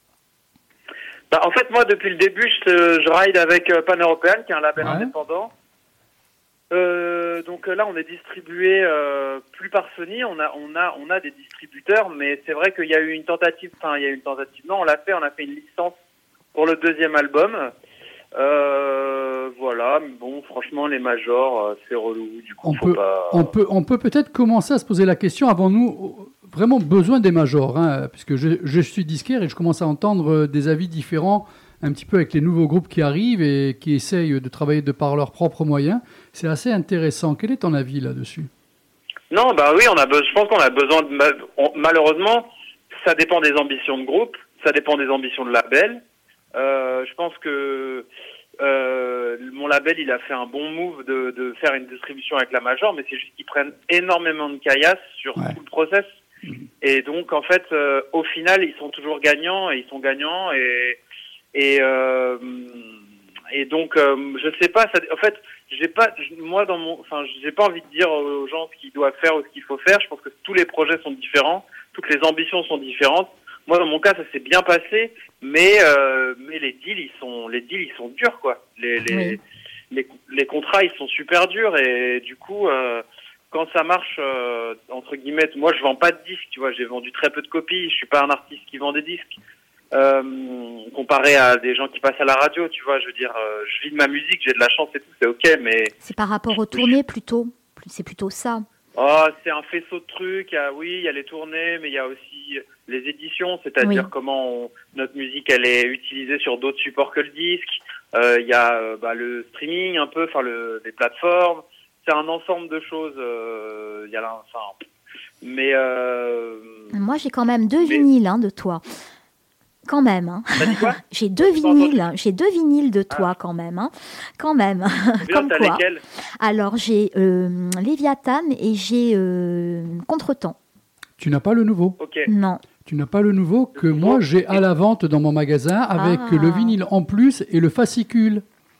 Bah, en fait, moi, depuis le début, je, je ride avec euh, Pan European, qui est un label Ouais. indépendant. Euh, donc euh, là, on est distribué euh, plus par Sony. On a, on a, on a des distributeurs, mais c'est vrai qu'il y a eu une tentative. Enfin, il y a eu une tentative. Non, on l'a fait. On a fait une licence pour le deuxième album. Euh, euh, voilà, mais bon, franchement, les majors, euh, c'est relou. Du coup, On faut peut, pas. on peut, on peut peut-être commencer à se poser la question, avons-nous vraiment besoin des majors, hein, puisque je, je suis disquaire et je commence à entendre des avis différents un petit peu avec les nouveaux groupes qui arrivent et qui essayent de travailler de par leurs propres moyens. C'est assez intéressant. Quel est ton avis là-dessus ? Non, bah oui, on a be- je pense qu'on a besoin de. ma- on- malheureusement, ça dépend des ambitions de groupe, ça dépend des ambitions de label. Euh, je pense que euh, mon label, il a fait un bon move de, de faire une distribution avec la major, mais c'est juste qu'ils prennent énormément de caillasse sur Ouais. tout le process. Et donc, en fait, euh, au final, ils sont toujours gagnants, et ils sont gagnants, et et euh, et donc, euh, je sais pas. Ça, en fait, j'ai pas, moi, dans mon, enfin, j'ai pas envie de dire aux gens ce qu'ils doivent faire ou ce qu'il faut faire. Je pense que tous les projets sont différents, toutes les ambitions sont différentes. Moi, dans mon cas, ça s'est bien passé, mais euh, mais les deals, ils sont les deals, ils sont durs, quoi. Les les Oui. les, les contrats, ils sont super durs, et du coup, euh, quand ça marche, euh, entre guillemets, moi, je vends pas de disques, tu vois. J'ai vendu très peu de copies. Je suis pas un artiste qui vend des disques. Euh, comparé à des gens qui passent à la radio, tu vois, je veux dire, euh, je vis de ma musique, j'ai de la chance et tout, c'est ok, mais C'est par rapport aux tournées plutôt. C'est plutôt ça. oh, c'est un faisceau de trucs. Il y a, oui, il y a les tournées, mais il y a aussi les éditions, c'est-à-dire Oui. comment on- notre musique elle est utilisée sur d'autres supports que le disque. Euh, Il y a euh, bah, le streaming un peu, enfin le, les plateformes. C'est un ensemble de choses. euh, Il y a là, enfin, mais euh, Moi, j'ai quand même deux Mais- vinyles hein, de toi. Quand même. Hein. T'as dit quoi? J'ai deux vinyles. J'ai deux vinyles de toi quand même. Hein. Quand même. bien, Comme t'as quoi. lesquels? Alors, j'ai euh, Léviathan et j'ai euh, Contretemps. Tu n'as pas le nouveau. Ok. Non. Tu n'as pas le nouveau que moi j'ai à la vente dans mon magasin avec Ah. le vinyle en plus et le fascicule.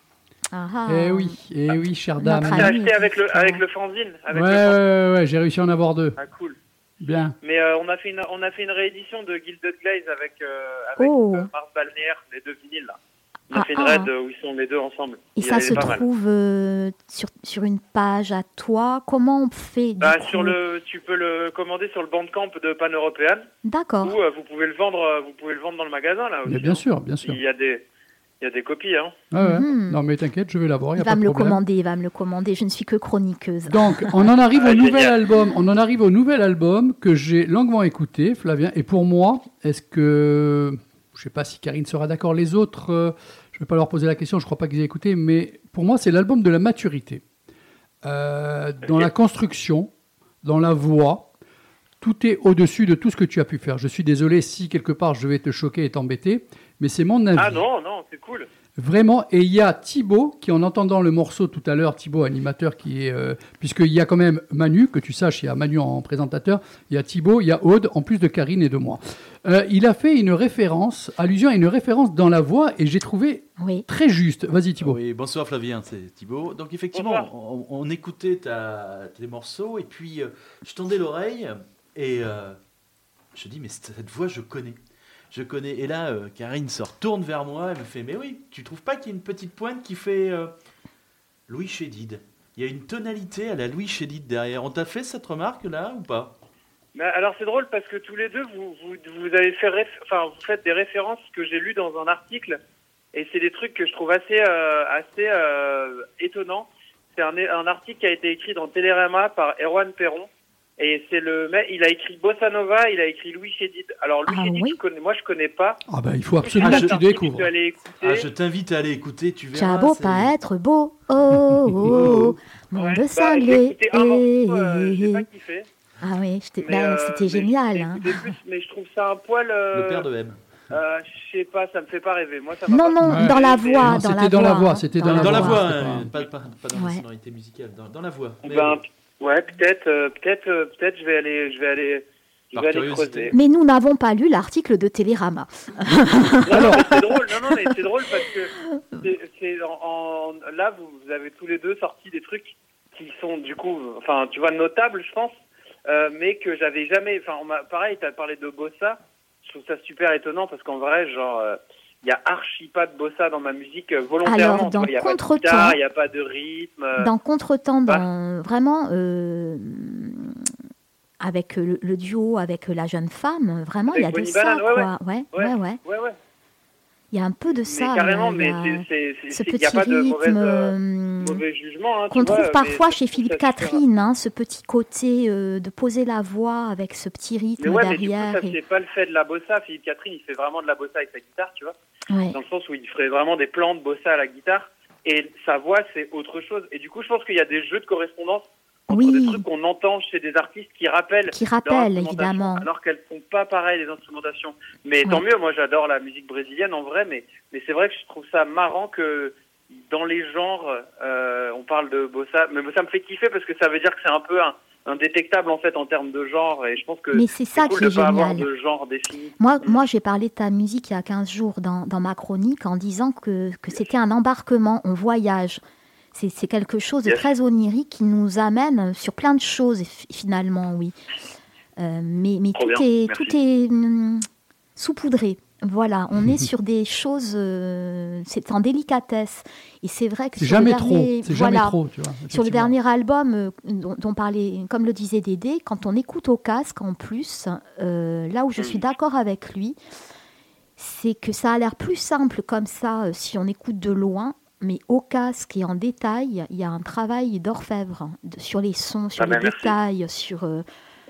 Ah, ah. Eh oui, eh oui, chère dame. Notre T'as ami, acheté avec le effectivement. avec le fanzine, Ouais, avec ouais, le fanzine. ouais, ouais, j'ai réussi à en avoir deux. Ah cool. Bien. Mais euh, on a fait une on a fait une réédition de Gilded Glaze avec euh, avec Oh. euh, Mars Balnéaire, les deux vinyles là. On a Ah, fait une ah. raid euh, où ils sont les deux ensemble. Et Il- ça elle est se pas mal. trouve euh, sur, sur une page à toi. Comment on fait du Bah, coup sur le, tu peux le commander sur le Bandcamp de Pan Européen D'accord. ou euh, vous pouvez le vendre, euh, vous pouvez le vendre dans le magasin là aussi. Mais bien sûr, bien sûr. Il y a des, il y a des copies hein. Ouais, ouais. Mhm. Non mais t'inquiète, je vais l'avoir, il y Il a va pas me de le problème. commander, il va me le commander. Je ne suis que chroniqueuse. Donc, on en arrive Ah, au nouvel génial. album. On en arrive au nouvel album que j'ai longuement écouté, Flavien. Et pour moi, est-ce que, je sais pas si Karine sera d'accord, les autres, euh, je vais pas leur poser la question, je crois pas qu'ils aient écouté, mais pour moi, c'est l'album de la maturité. Euh, dans Ok. la construction, dans la voix, tout est au-dessus de tout ce que tu as pu faire. Je suis désolé si quelque part je vais te choquer et t'embêter, mais c'est mon avis. Ah non non, c'est cool. Vraiment, et il y a Thibaut qui, en entendant le morceau tout à l'heure, Thibaut, animateur, qui est, euh, puisqu'il y a quand même Manu, que tu saches, il y a Manu en présentateur, il y a Thibaut, il y a Aude, en plus de Karine et de moi. Euh, il a fait une référence, allusion à une référence dans la voix, et j'ai trouvé Oui. très juste. Vas-y Thibaut. Oui, bonsoir Flavien, c'est Thibaut. Donc effectivement, Bonsoir. on, on écoutait ta, tes morceaux et puis euh, je tendais l'oreille et euh, je dis mais cette voix je connais. Je connais. Et là, euh, Karine se retourne vers moi et me fait mais oui, tu trouves pas qu'il y a une petite pointe qui fait euh, Louis Chédid? Il y a une tonalité à la Louis Chédid derrière. On t'a fait cette remarque là ou pas? Mais alors c'est drôle parce que tous les deux vous vous, vous avez fait réf- enfin vous faites des références que j'ai lues dans un article et c'est des trucs que je trouve assez euh, assez euh, étonnants. C'est un, un article qui a été écrit dans Télérama par Erwan Perron. Et c'est le mec, il a écrit Bossa Nova, il a écrit Louis Chédid. Alors Louis Ah Chédid, oui. je connais, moi je connais pas. Ah ben, il faut absolument Ah, que je- tu L'article, découvres. tu allais écouter. Ah, je t'invite à aller écouter, tu Tu verras. as beau c'est- pas être beau, oh, oh, oh, monde Ouais, bah, j'ai cinglé. écouté un morceau, euh, j'ai eh, pas eh. kiffé. Ah oui, je t'ai- Mais, bah, euh, c'était mais génial. j'ai hein. écouté plus, mais je trouve ça un poil. euh, Le père de M. euh, je sais pas, ça me fait pas rêver. Moi, ça m'a Non, pas- non, Ouais. dans la C'est- voix. Non, dans c'était la dans la voix, voix, hein, c'était Dans, dans la voix, c'était hein, pas- pas, pas- pas dans Ouais. la sonorité musicale, dans, dans la voix. Mais Ben, ouais, peut-être, euh, peut-être, euh, peut-être, je vais aller, je vais aller, je Par vais aller curiosité. creuser. Mais nous n'avons pas lu l'article de Télérama. Non, non, mais c'est drôle. Non, non, mais c'est drôle parce que c'est, c'est en, en- là, vous, vous avez tous les deux sorti des trucs qui sont du coup, enfin, tu vois, notables, je pense, euh, mais que j'avais jamais. Enfin, on m'a, pareil, t'as parlé de bossa. Je trouve ça super étonnant parce qu'en vrai, genre, il y a archi pas de bossa dans ma musique euh, volontairement. Alors, dans il y a pas de Contretemps- guitare, il y a pas de rythme. euh, Dans Contretemps, bah. dans, vraiment, euh, avec le, le duo avec la jeune femme, vraiment, il y a Avec de Bonnie ça, Banane, ouais, quoi. Ouais, ouais, ouais, ouais. ouais, ouais. Il y a un peu de ça. Mais carrément, là, il y mais a c'est, c'est, ce c'est, petit y a pas de rythme mauvaise, euh, euh, mauvais jugement. Hein, qu'on tu trouve vois, parfois mais chez je trouve Philippe ça super. Catherine, hein, ce petit côté euh, de poser la voix avec ce petit rythme Mais ouais, mais du coup, derrière. ça, et- c'est pas le fait de la bossa. Philippe Catherine, il fait vraiment de la bossa avec sa guitare, tu vois. Ouais. Dans le sens où il ferait vraiment des plans de bossa à la guitare. Et sa voix, c'est autre chose. Et du coup, je pense qu'il y a des jeux de correspondance entre Oui. des trucs qu'on entend chez des artistes qui rappellent Qui leur rappellent, instrumentation, évidemment. alors qu'elles sont pas pareilles, les instrumentations. Mais Ouais. tant mieux, moi j'adore la musique brésilienne en vrai, mais, mais c'est vrai que je trouve ça marrant que dans les genres, euh, on parle de bossa, mais ça me fait kiffer parce que ça veut dire que c'est un peu un, indétectable en fait en termes de genre, et je pense que Mais c'est ça cool qui est de pas avoir génial. de genre défini. Moi, moi j'ai parlé de ta musique il y a quinze jours dans, dans ma chronique en disant que, que c'était un embarquement, on voyage. C'est, c'est quelque chose de Yes. très onirique qui nous amène sur plein de choses, fi- finalement, oui. Euh, mais mais Trop tout, bien, est, merci. tout est hum, saupoudré. Voilà, on est sur des choses, euh, c'est en délicatesse. Et c'est vrai que C'est sur jamais le dernier, trop, c'est voilà, jamais trop, tu vois, sur le effectivement. dernier album euh, dont, dont parlait, comme le disait Dédé, quand on écoute au casque en plus, euh, là où je suis d'accord avec lui, c'est que ça a l'air plus simple comme ça euh, si on écoute de loin, mais au casque et en détail, il y a un travail d'orfèvre de- sur les sons, sur Ah les ben, merci. détails, sur euh,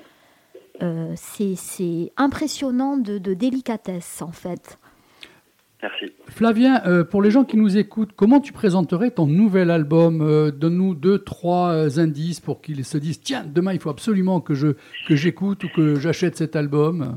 euh, c'est, c'est impressionnant de, de délicatesse en fait. Merci. Flavien, euh, pour les gens qui nous écoutent, comment tu présenterais ton nouvel album? Euh, Donne-nous deux, trois euh, indices pour qu'ils se disent tiens, demain il faut absolument que, je, que j'écoute ou que j'achète cet album.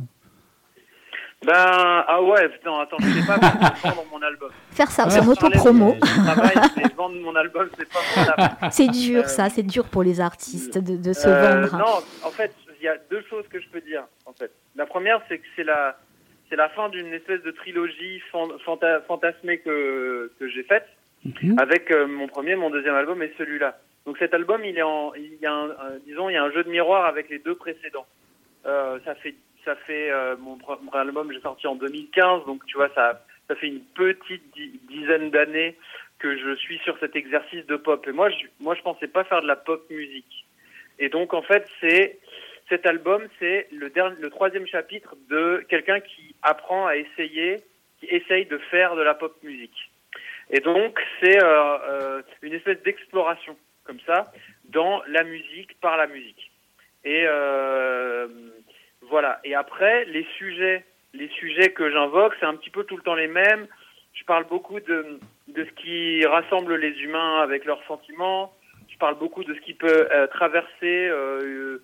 Ben, ah ouais, non, attends, je sais pas comment vendre mon album. Faire ça, Ouais, son je parlais auto-promo. de- je travaille, mais vendre mon album, c'est pas mon album. C'est dur Euh, ça, c'est dur pour les artistes de, de se Euh, vendre. Non, en fait, il y a deux choses que je peux dire. En fait, la première, c'est que c'est la, c'est la fin d'une espèce de trilogie fan- fanta- fantasmée que que j'ai faite avec euh, mon premier, mon deuxième album et celui-là. Donc cet album, il est en, il y a un, un- disons, il y a un jeu de miroir avec les deux précédents. Euh, ça fait, ça fait euh, mon premier album, j'ai sorti en deux mille quinze, donc tu vois, ça, ça fait une petite di- dizaine d'années que je suis sur cet exercice de pop. Et moi, je, moi, je pensais pas faire de la pop musique. Et donc, en fait, c'est cet album, c'est le dernier, le troisième chapitre de quelqu'un qui apprend à essayer, qui essaye de faire de la pop musique. Et donc, c'est euh, euh, une espèce d'exploration comme ça dans la musique, par la musique. Et euh, voilà. Et après, les sujets, les sujets que j'invoque, c'est un petit peu tout le temps les mêmes. Je parle beaucoup de, de ce qui rassemble les humains avec leurs sentiments. Je parle beaucoup de ce qui peut euh, traverser euh,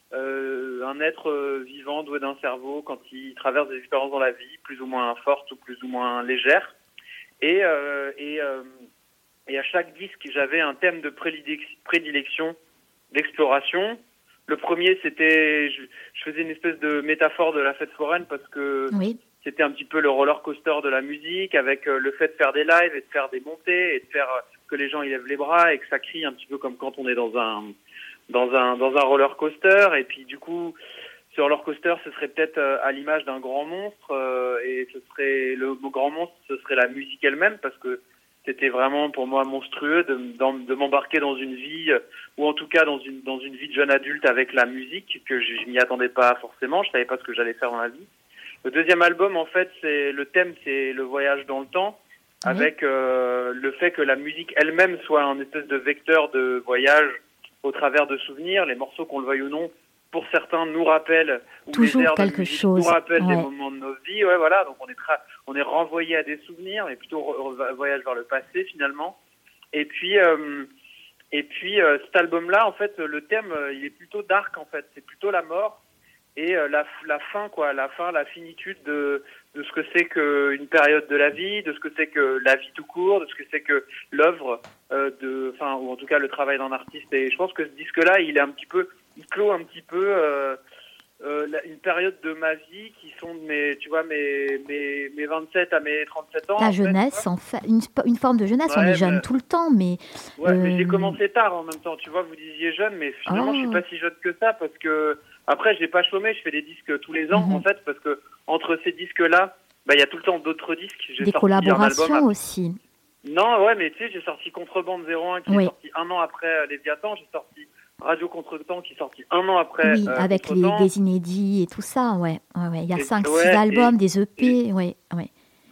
euh, un être euh, vivant doué d'un cerveau quand il traverse des expériences dans la vie, plus ou moins fortes ou plus ou moins légères. Et, euh, et, euh, et à chaque disque, j'avais un thème de prédilec- prédilection, d'exploration. Le premier, c'était, je, je faisais une espèce de métaphore de la fête foraine parce que Oui. c'était un petit peu le roller coaster de la musique, avec euh, le fait de faire des lives et de faire des montées et de faire euh, que les gens y lèvent les bras et que ça crie un petit peu comme quand on est dans un dans un dans un roller coaster. Et puis du coup, ce roller coaster, ce serait peut-être euh, à l'image d'un grand monstre euh, et ce serait le grand monstre, ce serait la musique elle-même parce que c'était vraiment pour moi monstrueux de, d'en- de m'embarquer dans une vie, euh, ou en tout cas dans une dans une vie de jeune adulte avec la musique, que je, je m'y attendais pas forcément, je savais pas ce que j'allais faire dans la vie. Le deuxième album, en fait, c'est le thème, c'est le voyage dans le temps, avec euh, le fait que la musique elle-même soit un espèce de vecteur de voyage au travers de souvenirs. Les morceaux, qu'on le veuille ou non, pour certains nous rappellent, ou Toujours les airs de quelque musique chose, nous rappellent des ouais. moments de nos vies. Ouais, voilà. Donc on est tra- on est renvoyé à des souvenirs, mais plutôt re- re- voyage vers le passé finalement. Et puis euh, et puis euh, cet album-là, en fait, le thème, euh, il est plutôt dark en fait. C'est plutôt la mort et euh, la, la fin, quoi, la fin, la finitude de de ce que c'est qu'une période de la vie, de ce que c'est que la vie tout court, de ce que c'est que l'œuvre euh, de, enfin, ou en tout cas le travail d'un artiste. Et je pense que ce disque-là, il est un petit peu, il clôt un petit peu euh, euh, la- une période de ma vie qui sont de mes, tu vois, mes mes mes vingt-sept à mes trente-sept ans. en La fait, jeunesse, en fait, une, une forme de jeunesse, on Ouais, est jeune mais- tout le temps, mais... Ouais, mais euh, j'ai commencé tard en même temps. Tu vois, vous disiez jeune, mais finalement, Oh. je suis pas si jeune que ça parce que après, j'ai pas chômé. Je fais des disques tous les ans, Mhm. en fait, parce que entre ces disques-là, bah, il y a tout le temps d'autres disques. J'ai Des sorti un album collaborations à- aussi. Non, ouais, mais tu sais, j'ai sorti Contrebande zéro un qui Oui. est sorti un an après euh, Léviathan. J'ai sorti Radio Contretemps qui est sorti un an après. Oui, euh, avec les, Contretemps. des inédits et tout ça, ouais. ouais, ouais. Il y a Et- cinq, ouais, six et- albums, des E P, ouais, ouais.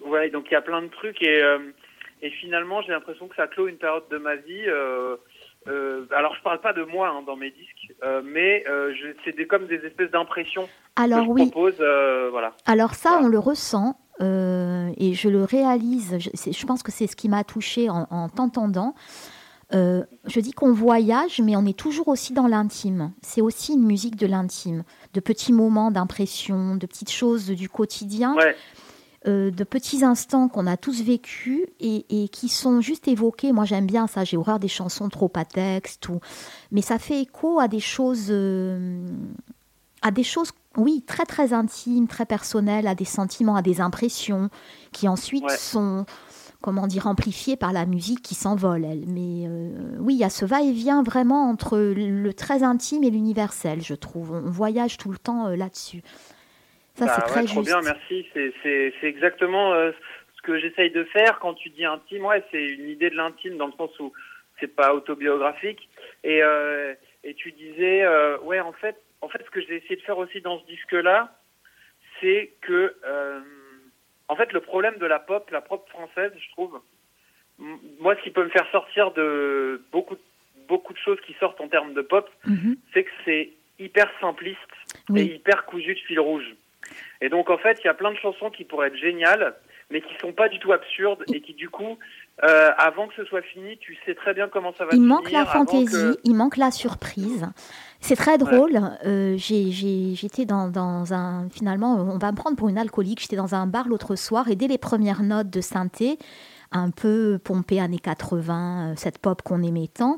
ouais, donc il y a plein de trucs et, euh, et finalement j'ai l'impression que ça clôt une période de ma vie. Euh, euh, alors je parle pas de moi hein, dans mes disques, euh, mais euh, je, c'est des, comme des espèces d'impressions Alors, que je oui. propose. Euh, voilà. Alors ça, on le ressent euh, et je le réalise. Je, c'est- je pense que c'est ce qui m'a touchée en, en t'entendant. Euh, je dis qu'on voyage, mais on est toujours aussi dans l'intime. C'est aussi une musique de l'intime, de petits moments d'impression, de petites choses du quotidien, Ouais. euh, de petits instants qu'on a tous vécus et, et qui sont juste évoqués. Moi, j'aime bien ça. J'ai horreur des chansons trop à texte, ou... mais ça fait écho à des choses, euh, à des choses, oui, très très intimes, très personnelles, à des sentiments, à des impressions qui ensuite Ouais. sont, comment dire, amplifiées par la musique qui s'envole, elle. Mais euh, oui, il y a ce va-et-vient vraiment entre le très intime et l'universel, je trouve. On voyage tout le temps euh, là-dessus. Ça, Bah c'est très ouais, trop juste. bien, merci. C'est, c'est, c'est exactement euh, ce que j'essaye de faire quand tu dis intime. Ouais, c'est une idée de l'intime dans le sens où c'est pas autobiographique. Et, euh, et tu disais, euh, ouais, en fait, en fait, ce que j'ai essayé de faire aussi dans ce disque-là, c'est que, euh, en fait, le problème de la pop, la pop française, je trouve, m- moi, ce qui peut me faire sortir de beaucoup, beaucoup de choses qui sortent en termes de pop, Mhm. c'est que c'est hyper simpliste Oui. et hyper cousu de fil rouge. Et donc, en fait, il y a plein de chansons qui pourraient être géniales, mais qui sont pas du tout absurdes et qui, du coup, euh, avant que ce soit fini, tu sais très bien comment ça va Il finir. manque la avant fantaisie, que- il manque la surprise. C'est très drôle. Euh, j'ai- j'ai- j'étais dans, dans un... Finalement, on va me prendre pour une alcoolique. J'étais dans un bar l'autre soir et dès les premières notes de synthé, un peu pompée années quatre-vingts, euh, cette pop qu'on aimait tant,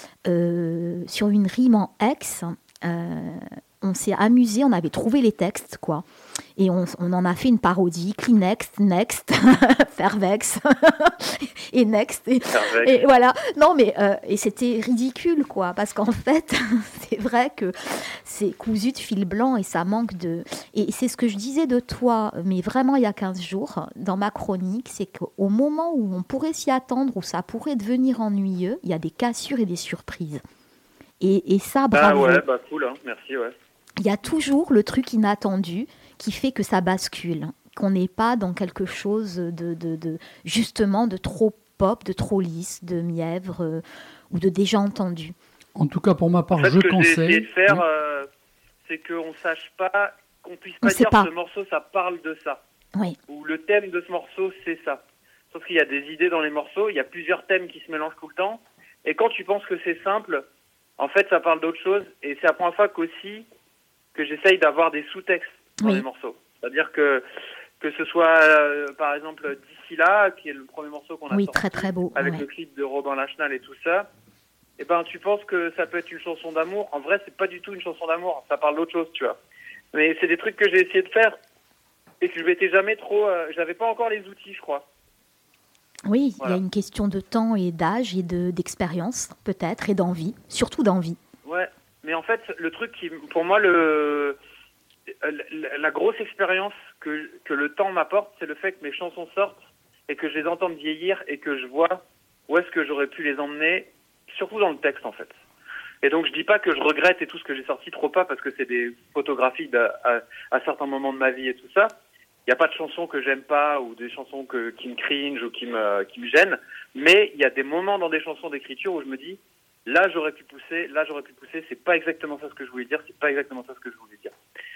euh, sur une rime en ex, euh, on s'est amusé, on avait trouvé les textes, quoi. Et on, on en a fait une parodie, Kleenex, Next, Fervex, et Next. Et, Fervex. et voilà. Non, mais euh, et c'était ridicule, quoi, parce qu'en fait, c'est vrai que c'est cousu de fil blanc et ça manque de. Et c'est ce que je disais de toi, mais vraiment il y a quinze jours, dans ma chronique, c'est qu'au moment où on pourrait s'y attendre, où ça pourrait devenir ennuyeux, il y a des cassures et des surprises. Et, et ça, Ah bravo. ouais, bah cool, hein, merci, ouais. Il y a toujours le truc inattendu qui fait que ça bascule, qu'on n'est pas dans quelque chose de, de, de justement de trop pop, de trop lisse, de mièvre euh, ou de déjà entendu. En tout cas, pour ma part, En fait, je ce que j'ai essayé conseille. de faire, Oui. euh, c'est qu'on sache pas, qu'on puisse On pas sait dire pas. ce morceau, ça parle de ça. Oui. Ou le thème de ce morceau, c'est ça. Sauf qu'il y a des idées dans les morceaux, il y a plusieurs thèmes qui se mélangent tout le temps. Et quand tu penses que c'est simple, en fait, ça parle d'autre chose. Et c'est la première fois qu'aussi que j'essaye d'avoir des sous-textes dans Oui. les morceaux. C'est-à-dire que que ce soit, euh, par exemple, D'ici là, qui est le premier morceau qu'on a Oui, sorti, très très beau. avec ouais. le clip de Robin Lachenal et tout ça, et ben tu penses que ça peut être une chanson d'amour. En vrai, c'est pas du tout une chanson d'amour. Ça parle d'autre chose, tu vois. Mais c'est des trucs que j'ai essayé de faire et que je m'étais jamais trop. Euh, j'avais pas encore les outils, je crois. Oui, Voilà. il y a une question de temps et d'âge et de, d'expérience, peut-être, et d'envie, surtout d'envie. Ouais. Mais en fait, le truc qui, pour moi, le la, la grosse expérience que que le temps m'apporte, c'est le fait que mes chansons sortent et que je les entende vieillir et que je vois où est-ce que j'aurais pu les emmener, surtout dans le texte, en fait. Et donc, je dis pas que je regrette et tout ce que j'ai sorti, trop pas, parce que c'est des photographies d'à- à, à certains moments de ma vie et tout ça. Il n'y a pas de chansons que j'aime pas ou des chansons que, qui me cringe ou qui me, qui me gênent. Mais il y a des moments dans des chansons d'écriture où je me dis, là, j'aurais pu pousser, là, j'aurais pu pousser, c'est pas exactement ça ce que je voulais dire, c'est pas exactement ça ce que je voulais dire.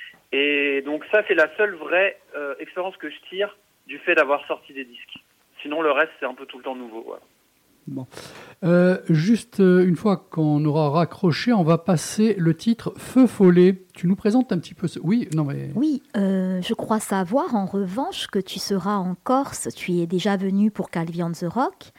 Et donc, ça, c'est la seule vraie euh, expérience que je tire du fait d'avoir sorti des disques. Sinon, le reste, c'est un peu tout le temps nouveau, voilà. Bon. Euh, juste euh, une fois qu'on aura raccroché, on va passer le titre Feu follet. Tu nous présentes un petit peu ce... Oui, non mais... Oui, euh, je crois savoir en revanche que tu seras en Corse. Tu y es déjà venu pour Calvi on the Rock.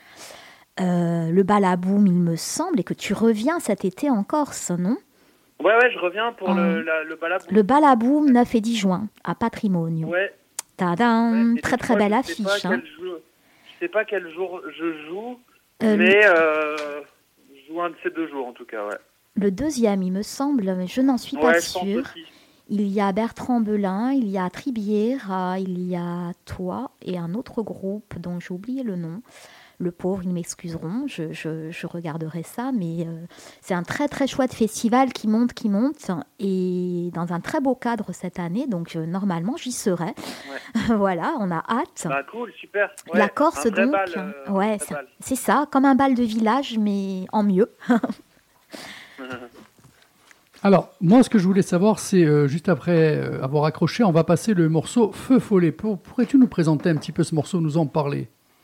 Euh, le Balaboum, il me semble, et que tu reviens cet été en Corse, non? Ouais, ouais, je reviens pour Ah. le, la, le balab. Le Balaboum, neuf et dix juin, à Patrimonio. Ouais. Tadam, Et très des très fois, belle je sais affiche. pas hein. quel jour- Je sais pas quel jour je joue, Euh, mais euh, je joue un de ces deux jours en tout cas, ouais. Le deuxième, il me semble, mais je n'en suis Ouais, pas je pense sûre. aussi. Il y a Bertrand Belin, il y a Tribière, il y a toi et un autre groupe dont j'ai oublié le nom. le pauvre, ils m'excuseront, je, je, je regarderai ça, mais euh, c'est un très très chouette festival qui monte, qui monte, et dans un très beau cadre cette année, donc euh, normalement j'y serai. Ouais. Voilà, on a hâte. Bah cool, super. Ouais, la Corse un vrai donc, bal, euh, ouais, c'est, c'est ça, comme un bal de village, mais en mieux. Alors, moi, ce que je voulais savoir, c'est, euh, juste après euh, avoir accroché, on va passer le morceau Feu Follet. Pour, pourrais-tu nous présenter un petit peu ce morceau, nous en parler ?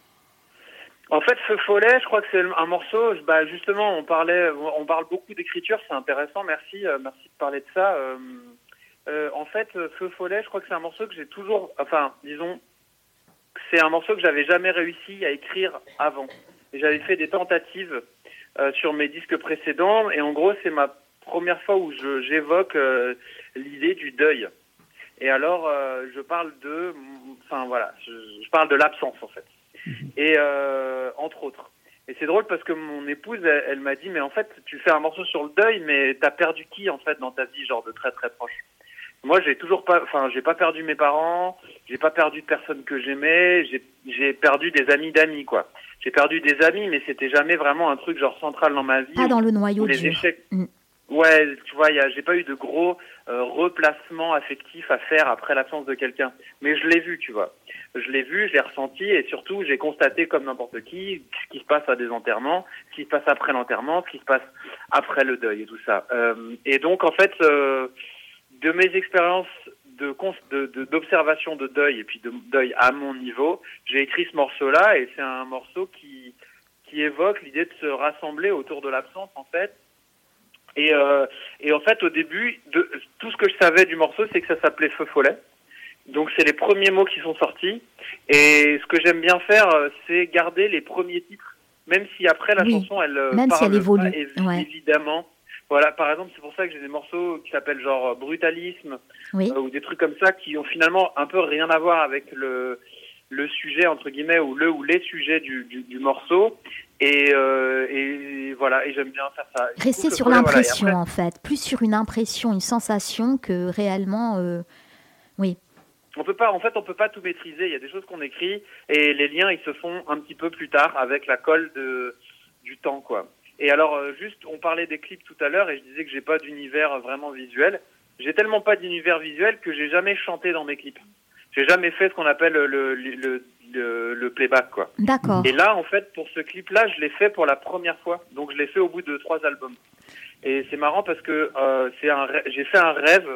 En fait, Feu Follet, je crois que c'est un morceau, bah justement, on parlait, on parle beaucoup d'écriture, c'est intéressant, merci, euh, merci de parler de ça. Euh, euh, en fait, Feu Follet, je crois que c'est un morceau que j'ai toujours, enfin, disons, c'est un morceau que j'avais jamais réussi à écrire avant. Et j'avais fait des tentatives euh, sur mes disques précédents, et en gros, c'est ma première fois où je, j'évoque euh, l'idée du deuil. Et alors, euh, je parle de, enfin voilà, je, je parle de l'absence en fait. Et euh, entre autres. Et c'est drôle parce que mon épouse, elle, elle m'a dit, mais en fait, tu fais un morceau sur le deuil, mais t'as perdu qui en fait dans ta vie, genre de très très proche. Moi, j'ai toujours pas, enfin, j'ai pas perdu mes parents, j'ai pas perdu de personnes que j'aimais, j'ai, j'ai perdu des amis d'amis quoi. J'ai perdu des amis, mais c'était jamais vraiment un truc genre central dans ma vie. Pas dans le noyau les dur. échecs. Mm. Ouais, tu vois, y a, j'ai pas eu de gros euh, replacements affectifs à faire après l'absence de quelqu'un. Mais je l'ai vu, tu vois. Je l'ai vu, je l'ai ressenti et surtout, j'ai constaté comme n'importe qui ce qui se passe à des enterrements, ce qui se passe après l'enterrement, ce qui se passe après le deuil et tout ça. Euh, et donc, en fait, euh, de mes expériences de, de, de, d'observation de deuil et puis de deuil à mon niveau, j'ai écrit ce morceau-là et c'est un morceau qui, qui évoque l'idée de se rassembler autour de l'absence, en fait. Et, euh, et en fait, au début, de, tout ce que je savais du morceau, c'est que ça s'appelait Feu Follet. Donc, c'est les premiers mots qui sont sortis. Et ce que j'aime bien faire, c'est garder les premiers titres, même si après la oui. chanson, elle même parle si elle évolue. pas, évi- ouais. évidemment. Voilà, par exemple, c'est pour ça que j'ai des morceaux qui s'appellent genre Brutalisme, oui. euh, ou des trucs comme ça qui ont finalement un peu rien à voir avec le le sujet entre guillemets ou le ou les sujets du du, du morceau. Et, euh, et voilà, et j'aime bien faire ça. Rester sur voilà, l'impression voilà. en fait, plus sur une impression, une sensation que réellement, euh... oui. On peut pas, en fait, on peut pas tout maîtriser. Il y a des choses qu'on écrit et les liens, ils se font un petit peu plus tard avec la colle de du temps, quoi. Et alors, euh, juste, on parlait des clips tout à l'heure et je disais que j'ai pas d'univers vraiment visuel. J'ai tellement pas d'univers visuel que j'ai jamais chanté dans mes clips. J'ai jamais fait ce qu'on appelle le le, le le le playback, quoi. D'accord. Et là, en fait, pour ce clip-là, je l'ai fait pour la première fois. Donc, je l'ai fait au bout de trois albums. Et c'est marrant parce que euh, c'est un rê- j'ai fait un rêve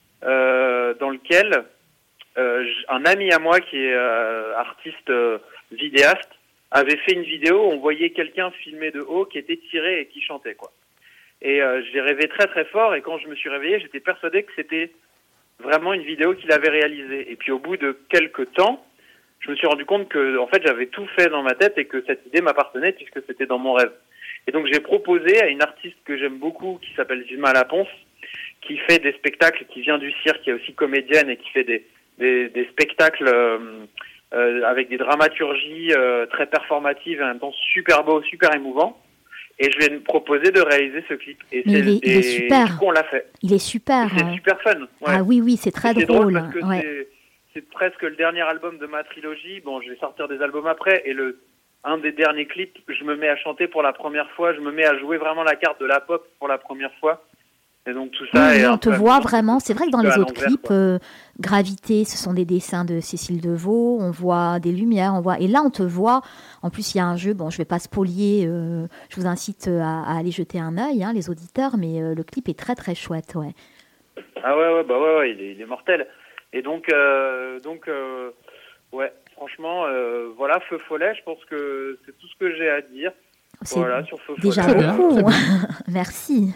euh, dans lequel euh, j- un ami à moi qui est euh, artiste euh, vidéaste avait fait une vidéo où on voyait quelqu'un filmé de haut qui était tiré et qui chantait, quoi. Et euh, j'ai rêvé très très fort et quand je me suis réveillé, j'étais persuadé que c'était vraiment une vidéo qu'il avait réalisée. Et puis au bout de quelques temps, je me suis rendu compte que en fait j'avais tout fait dans ma tête et que cette idée m'appartenait puisque c'était dans mon rêve. Et donc j'ai proposé à une artiste que j'aime beaucoup qui s'appelle Zilma Laponce, qui fait des spectacles, qui vient du cirque, qui est aussi comédienne et qui fait des des, des spectacles euh, euh, avec des dramaturgies euh, très performatives et en même temps super beaux, super émouvants. Et je lui ai proposé de réaliser ce clip. Et Mais c'est, il est, il et est super. Du coup, on l'a fait. Il est super. Et c'est hein. super fun. Ouais. Ah oui, oui, c'est très Et c'est drôle. parce que ouais. c'est, c'est presque le dernier album de ma trilogie. Bon, je vais sortir des albums après. Et le un des derniers clips, je me mets à chanter pour la première fois. Je me mets à jouer vraiment la carte de la pop pour la première fois. Et donc tout ça Oui, est oui, un on te peu voit amusant. vraiment. C'est vrai que dans Un peu les à autres l'envers, clips, quoi. euh, Gravité, ce sont des dessins de Cécile Devaux. On voit des lumières, on voit. Et là, on te voit. En plus, il y a un jeu. Bon, je vais pas spolier. Euh, je vous incite à, à aller jeter un œil, hein, les auditeurs. Mais euh, le clip est très très chouette, ouais. Ah ouais, ouais, bah ouais, ouais, il est, il est mortel. Et donc, euh, donc, euh, ouais, franchement, euh, voilà, Feu Follet. Je pense que c'est tout ce que j'ai à dire. C'est Voilà, sur Feu déjà Follet. beaucoup. Merci.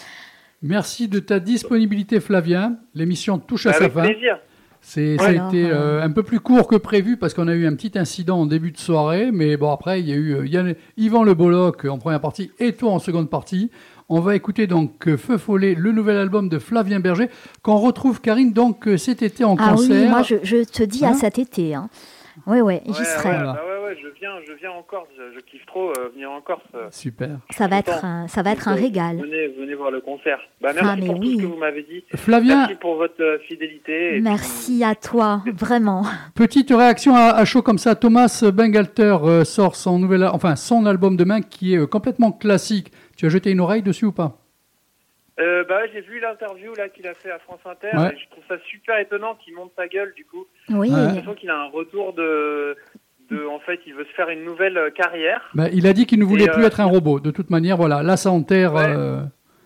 Merci de ta disponibilité, Flavien. L'émission touche à Avec sa fin. plaisir. C'est, ça a Alors, été euh, euh, un peu plus court que prévu parce qu'on a eu un petit incident en début de soirée. Mais bon, après, il y a eu euh, Yann, Yvan Le Bolloc en première partie et toi en seconde partie. On va écouter donc euh, Feu Follet, le nouvel album de Flavien Berger, qu'on retrouve, Karine, donc euh, cet été en Ah concert. oui, moi je, je te dis Hein à cet été. Hein. Ouais, ouais, j'y Ouais, serai. ouais, Voilà. bah ouais, ouais, je viens, je viens en Corse. Je, je kiffe trop euh, venir en Corse. euh. Super. Ça va être un, ça va être un Donc, euh, régal. Venez, venez voir le concert. Bah, merci Ah, mais pour oui. tout ce que vous m'avez dit. Flavien- Merci pour votre euh, fidélité. et Merci à toi, vraiment. Petite réaction à, à chaud comme ça. Thomas Bangalter euh, sort son nouvel, a- enfin son album demain qui est euh, complètement classique. Tu as jeté une oreille dessus ou pas? Euh, bah ouais, j'ai vu l'interview là qu'il a fait à France Inter Ouais. et je trouve ça super étonnant qu'il monte sa gueule du coup. Oui. J'ai l'impression qu'il a un retour de, de, en fait, il veut se faire une nouvelle euh, carrière. Ben, il a dit qu'il ne voulait Et, plus euh, être un robot. De toute manière, voilà, là ça enterre. Ouais. euh,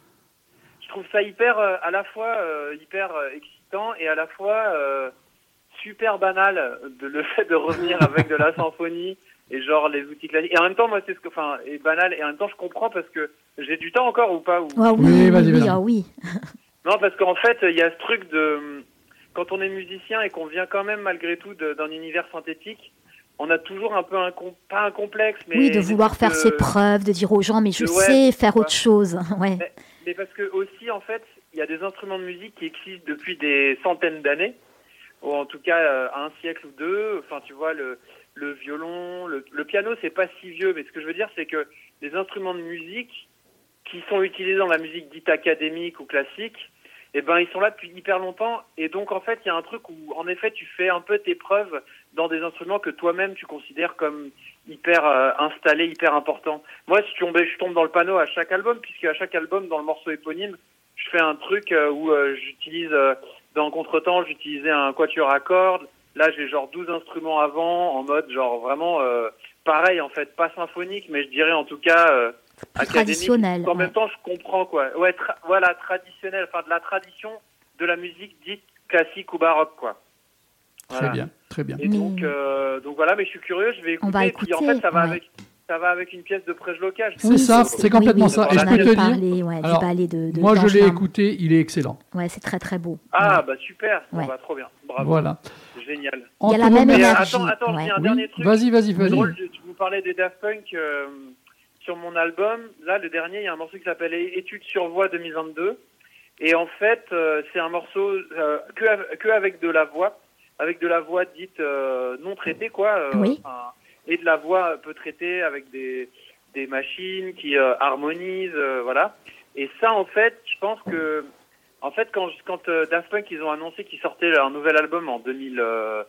Je trouve ça hyper, euh, à la fois euh, hyper euh, excitant et à la fois euh, super banal de le fait de revenir avec de la symphonie et genre les outils classiques. Et en même temps, moi, c'est ce que, enfin, est banal et en même temps, je comprends parce que j'ai du temps encore ou pas ou... Ah oui, Oui, oui, vas-y, oui, vas-y. ah oui. Non, parce qu'en fait, il y a ce truc de... Quand on est musicien et qu'on vient quand même malgré tout de- d'un univers synthétique, on a toujours un peu un... com- Pas un complexe, mais... Oui, de vouloir de- faire ses preuves, de dire aux gens, mais je de- ouais, sais faire ouais. autre chose. Ouais. Mais, mais parce que aussi, en fait, il y a des instruments de musique qui existent depuis des centaines d'années, ou en tout cas euh, un siècle ou deux. Enfin, tu vois, le, le violon, le, le piano, c'est pas si vieux, mais ce que je veux dire, c'est que les instruments de musique qui sont utilisés dans la musique dite académique ou classique, eh ben, ils sont là depuis hyper longtemps. Et donc, en fait, il y a un truc où, en effet, tu fais un peu tes preuves dans des instruments que toi-même, tu considères comme hyper euh, installés, hyper importants. Moi, je tombe, je tombe dans le panneau à chaque album, puisque à chaque album, dans le morceau éponyme, je fais un truc euh, où euh, j'utilise, euh, dans Contretemps, j'utilisais un quatuor à cordes. Là, j'ai genre douze instruments avant, en mode genre vraiment euh, pareil, en fait, pas symphonique, mais je dirais en tout cas euh, académique. traditionnel, En même ouais. temps, je comprends quoi. Ouais, tra- voilà, traditionnel, enfin de la tradition de la musique dite classique ou baroque, quoi. Très Voilà. bien, très bien. Et donc, euh, donc voilà, mais je suis curieux, je vais écouter. On va et puis en écouter, fait, ça va ouais. avec, ça va avec une pièce de Prejlocage. C'est ça, c'est complètement ça. Et je peux te dire, parler, ouais, du alors, ballet de, de moi je l'ai d'Angevin. écouté, il est excellent. Ouais, c'est très très beau. Ah, bah super, Ouais. bon, bah, trop bien, bravo. Voilà. Génial. On Il y a te la même remercie. Et, euh, énergie. attends, attends, ouais. je dis un Oui, dernier truc. vas-y, vas-y, C'est vas-y. drôle, je, je vous parlais des Daft Punk euh, sur mon album. Là, le dernier, il y a un morceau qui s'appelle Études sur voix deux mille vingt-deux. Et en fait, euh, c'est un morceau euh, que, av- que avec de la voix, avec de la voix dite euh, non traitée, quoi. euh, Oui. enfin, et de la voix peu traitée avec des, des machines qui euh, harmonisent, euh, voilà. Et ça, en fait, je pense que, en fait, quand, quand euh, Daft Punk, ils ont annoncé qu'ils sortaient leur nouvel album en deux mille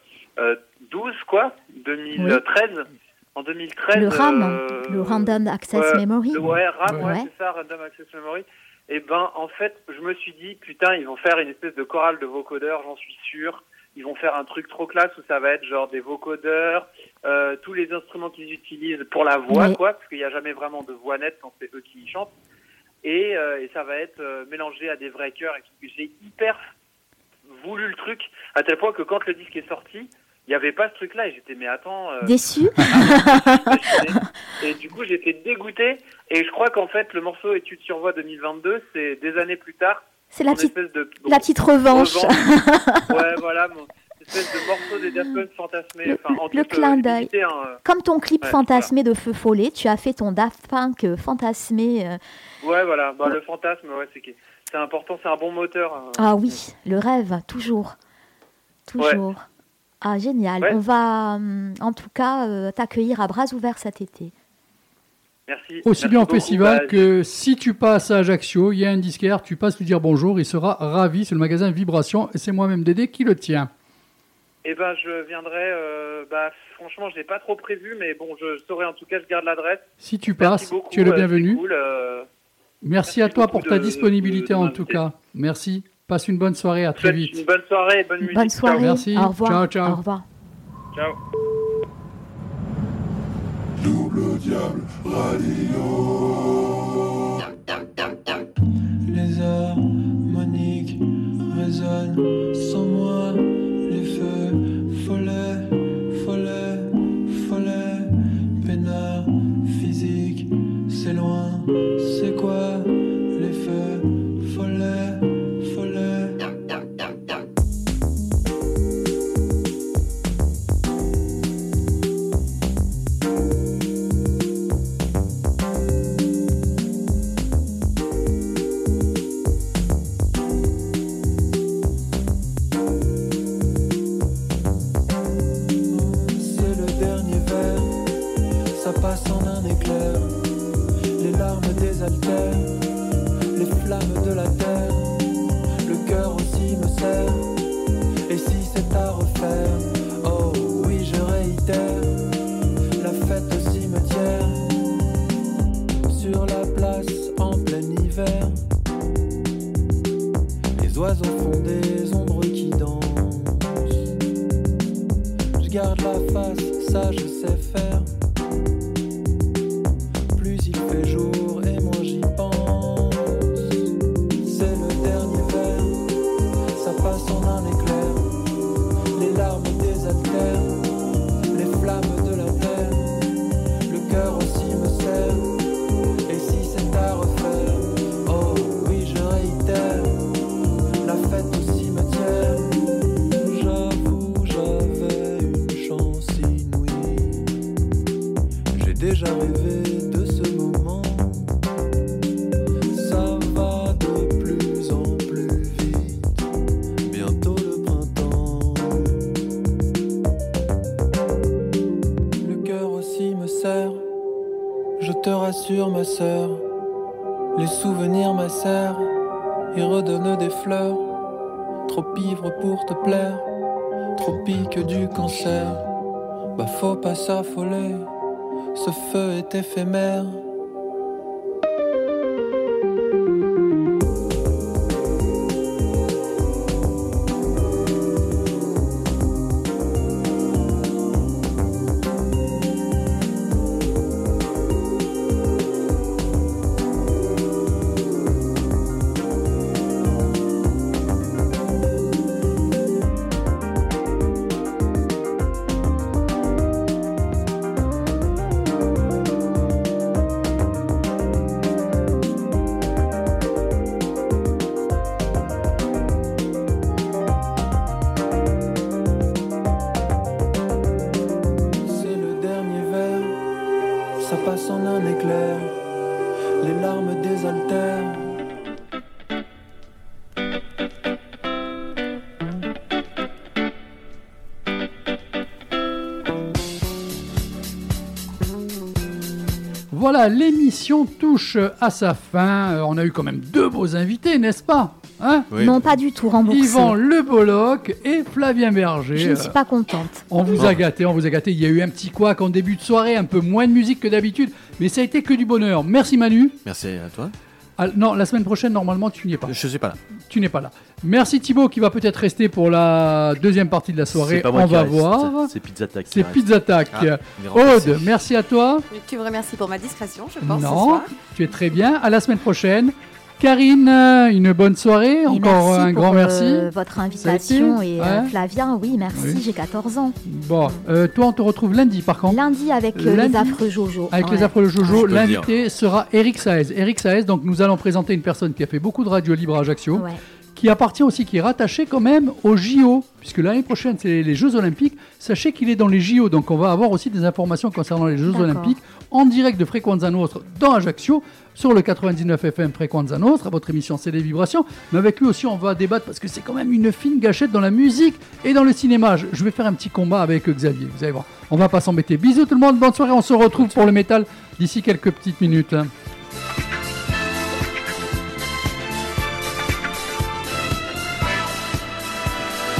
douze, quoi, deux mille treize. En deux mille treize. Le RAM, euh, le Random Access ouais, Memory. le- ouais, RAM, ouais, Ouais. c'est ça, Random Access Memory. Et ben, en fait, je me suis dit, putain, ils vont faire une espèce de chorale de vocodeurs, j'en suis sûr. Ils vont faire un truc trop classe où ça va être genre des vocodeurs, euh, tous les instruments qu'ils utilisent pour la voix, Oui. quoi, parce qu'il n'y a jamais vraiment de voix nette quand c'est eux qui chantent. Et, euh, et ça va être euh, mélangé à des vrais chœurs. Et tout. J'ai hyper voulu le truc, à tel point que quand le disque est sorti, il n'y avait pas ce truc-là. Et j'étais, mais attends... euh, Déçu Et du coup, j'étais dégoûté. Et je crois qu'en fait, le morceau Études sur voix deux mille vingt-deux, c'est des années plus tard. C'est la mon petite, espèce de- la petite revanche. Ouais, voilà, mon espèce de morceau des Daft Punk fantasmé. Le, Enfin, en le toute, clin euh, d'œil. humilité, hein, euh. Comme ton clip Ouais, fantasmé de Feu Follet, tu as fait ton Daft Punk euh, fantasmé. euh, Ouais, voilà. Bah, le fantasme, ouais, c'est que- c'est important, c'est un bon moteur. hein. Ah oui, le rêve, toujours. Toujours. Ah, génial. Ouais. On va, hum, en tout cas, euh, t'accueillir à bras ouverts cet été. Merci. Aussi Merci bien en beaucoup. festival Bah, que si tu passes à Ajaccio, il y a un disquaire, tu passes lui dire bonjour, il sera ravi. C'est le magasin Vibration et c'est moi-même Dédé qui le tient. Eh ben, je viendrai. euh, bah, franchement, je n'ai pas trop prévu, mais bon, je saurai en tout cas, je garde l'adresse. Si tu Merci passes, beaucoup, tu es le euh, bienvenu. c'est cool, euh, Merci, à toi beaucoup pour ta de- disponibilité de- de en tout m'inviter. cas. Merci. Passe une bonne soirée, à je très vous souhaite vite. Une bonne soirée, bonne musique. Bonne soirée. Ciao. Merci. Au revoir. Ciao, ciao. Au revoir. Ciao. Double Diable Radio. Les harmoniques résonnent sans moi. Les feux follets, follets, follets. Peinard physique, c'est loin. C'est quoi les feux follets, follets? aussi me sert. Et si c'est à refaire, oh oui je réitère, la fête au cimetière, sur la place en plein hiver. Les oiseaux font des ombres qui dansent. Je garde la face, ça je sais faire. Plus il fait jour et moins j'y pense. C'est le dernier verre, ça passe en un éclair. Les larmes désaltèrent, les flammes de la terre. Le cœur aussi me serre. Et si c'est à refaire, oh oui je réitère, la fête au cimetière. J'avoue j'avais une chance inouïe. J'ai déjà rêvé de ce moment. Ça va de plus en plus vite, bientôt le printemps. Le cœur aussi me serre. Je te rassure ma sœur, les souvenirs m'acèrent et redonnent des fleurs. Trop ivre pour te plaire, trop pique du cancer. Bah faut pas s'affoler, ce feu est éphémère. C'est le dernier verre, ça passe en un éclair. Les larmes désaltèrent. Voilà, l'émission touche à sa fin. Euh, on a eu quand même deux beaux invités, n'est-ce pas, hein? Oui. Non, pas du tout, remboursé. Yvan Le Bolloc et Flavien Berger. Je ne suis pas contente. On vous a gâté, on vous a gâté. Il y a eu un petit couac en début de soirée, un peu moins de musique que d'habitude, mais ça a été que du bonheur. Merci Manu. Merci à toi. Ah, non, la semaine prochaine, normalement, tu n'y es pas. Je suis pas là. Tu n'es pas là. Merci Thibaut qui va peut-être rester pour la deuxième partie de la soirée. C'est pas moi on qui va reste, voir. c'est- c'est Pizza Tac qui C'est reste. Pizza Tac. Ah, il est remplacé. Aude, merci à toi. Tu me remercies pour ma discrétion, je pense, ce Non, soir. tu es très bien. À la semaine prochaine. Karine, euh, une bonne soirée. Et Encore merci un pour, grand euh, merci. votre Ça a invitation. été Et euh, Ouais. Flavien, oui, merci, Oui. j'ai quatorze ans. Bon, euh, toi, on te retrouve lundi par contre. Lundi avec euh, Lundi, les affreux Jojo. Avec Ouais. les affreux Jojo, Je peux le l'invité sera Eric Saez. Eric Saez, donc nous allons présenter une personne qui a fait beaucoup de radio libre à Ajaccio, Ouais. qui appartient aussi, qui est rattaché quand même aux J O, puisque l'année prochaine c'est les Jeux Olympiques. Sachez qu'il est dans les J O, donc on va avoir aussi des informations concernant les Jeux D'accord. Olympiques en direct de Frequenza Nostra dans Ajaccio, sur le quatre-vingt-dix-neuf F M Frequenza Nostra, votre émission c'est des vibrations. Mais avec lui aussi on va débattre parce que c'est quand même une fine gâchette dans la musique et dans le cinéma. Je je vais faire un petit combat avec Xavier, vous allez voir. On va pas s'embêter. Bisous tout le monde, bonne soirée, on se retrouve pour le métal d'ici quelques petites minutes. hein.